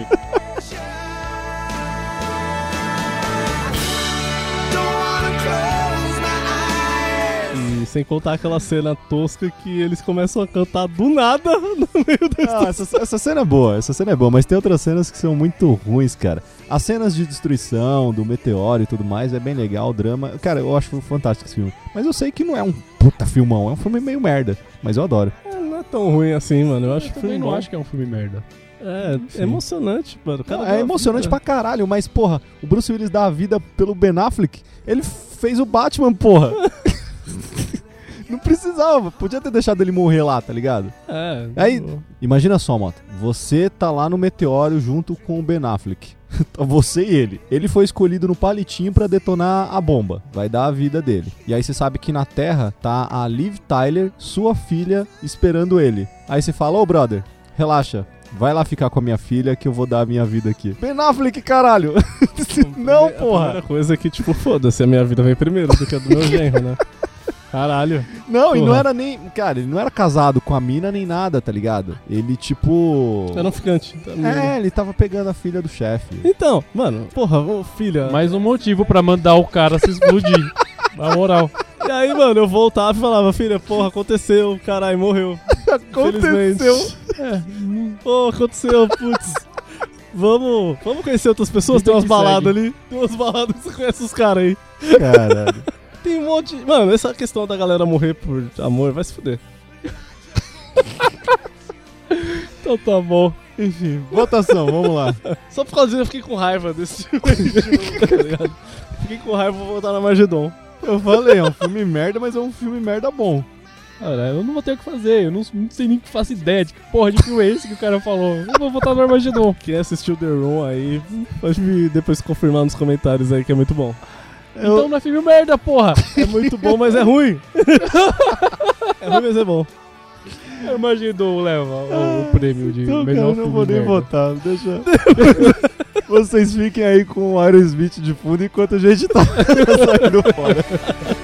E sem contar aquela cena tosca que eles começam a cantar do nada no meio da Essa cena é boa, mas tem outras cenas que são muito ruins, cara. As cenas de destruição, do meteoro e tudo mais, é bem legal, o drama. Cara, eu acho fantástico esse filme. Mas eu sei que não é um puta filmão, é um filme meio merda, mas eu adoro. Não é tão ruim assim, mano. Eu acho Eu que também não acho que é um filme merda. É emocionante, mano. É emocionante pra caralho, mas, porra, o Bruce Willis dá a vida pelo Ben Affleck, ele fez o Batman, porra. Não precisava, podia ter deixado ele morrer lá, tá ligado? Aí, imagina só, Mota, você tá lá no meteoro junto com o Ben Affleck. Você e ele. Ele foi escolhido no palitinho pra detonar a bomba. Vai dar a vida dele. E aí você sabe que na Terra tá a Liv Tyler, sua filha, esperando ele. Aí você fala, ô brother, relaxa. Vai lá ficar com a minha filha que eu vou dar a minha vida aqui. Ben Affleck, caralho! Não, porra! A primeira coisa é que, tipo, foda-se, a minha vida vem primeiro do que a do meu genro, né? Caralho. Não, porra. E não era nem... Cara, ele não era casado com a mina nem nada, tá ligado? Ele, tipo... Era um ficante. Ele tava pegando a filha do chefe. Então, mano, porra, ô, filha... Mais um motivo pra mandar o cara se explodir. Na moral. E aí, mano, eu voltava e falava, filha, porra, aconteceu, caralho, morreu. Aconteceu. Pô, aconteceu, putz. Vamos conhecer outras pessoas? Tem umas baladas ali. Tem umas baladas que você conhece os caras aí. Caralho. Tem um monte... Mano, essa questão da galera morrer por amor vai se fuder. Então tá bom. Enfim, votação, vamos lá. Só por causa disso eu fiquei com raiva desse filme, tá ligado? Fiquei com raiva, vou voltar na Magedon. Eu falei, é um filme merda, mas é um filme merda bom. Cara, eu não vou ter o que fazer, eu não sei nem que faço ideia de que porra de filme é esse que o cara falou. Eu vou botar no Armagedon. Quem assistiu The Room aí, pode me depois confirmar nos comentários aí que é muito bom. Então não é filme merda, porra! É muito bom, mas é ruim. É ruim, mas é bom. Armagedon leva o prêmio de Então, melhor cara, filme não vou nem merda. votar, deixa... Vocês fiquem aí com o Aerosmith de fundo enquanto a gente tá saindo fora.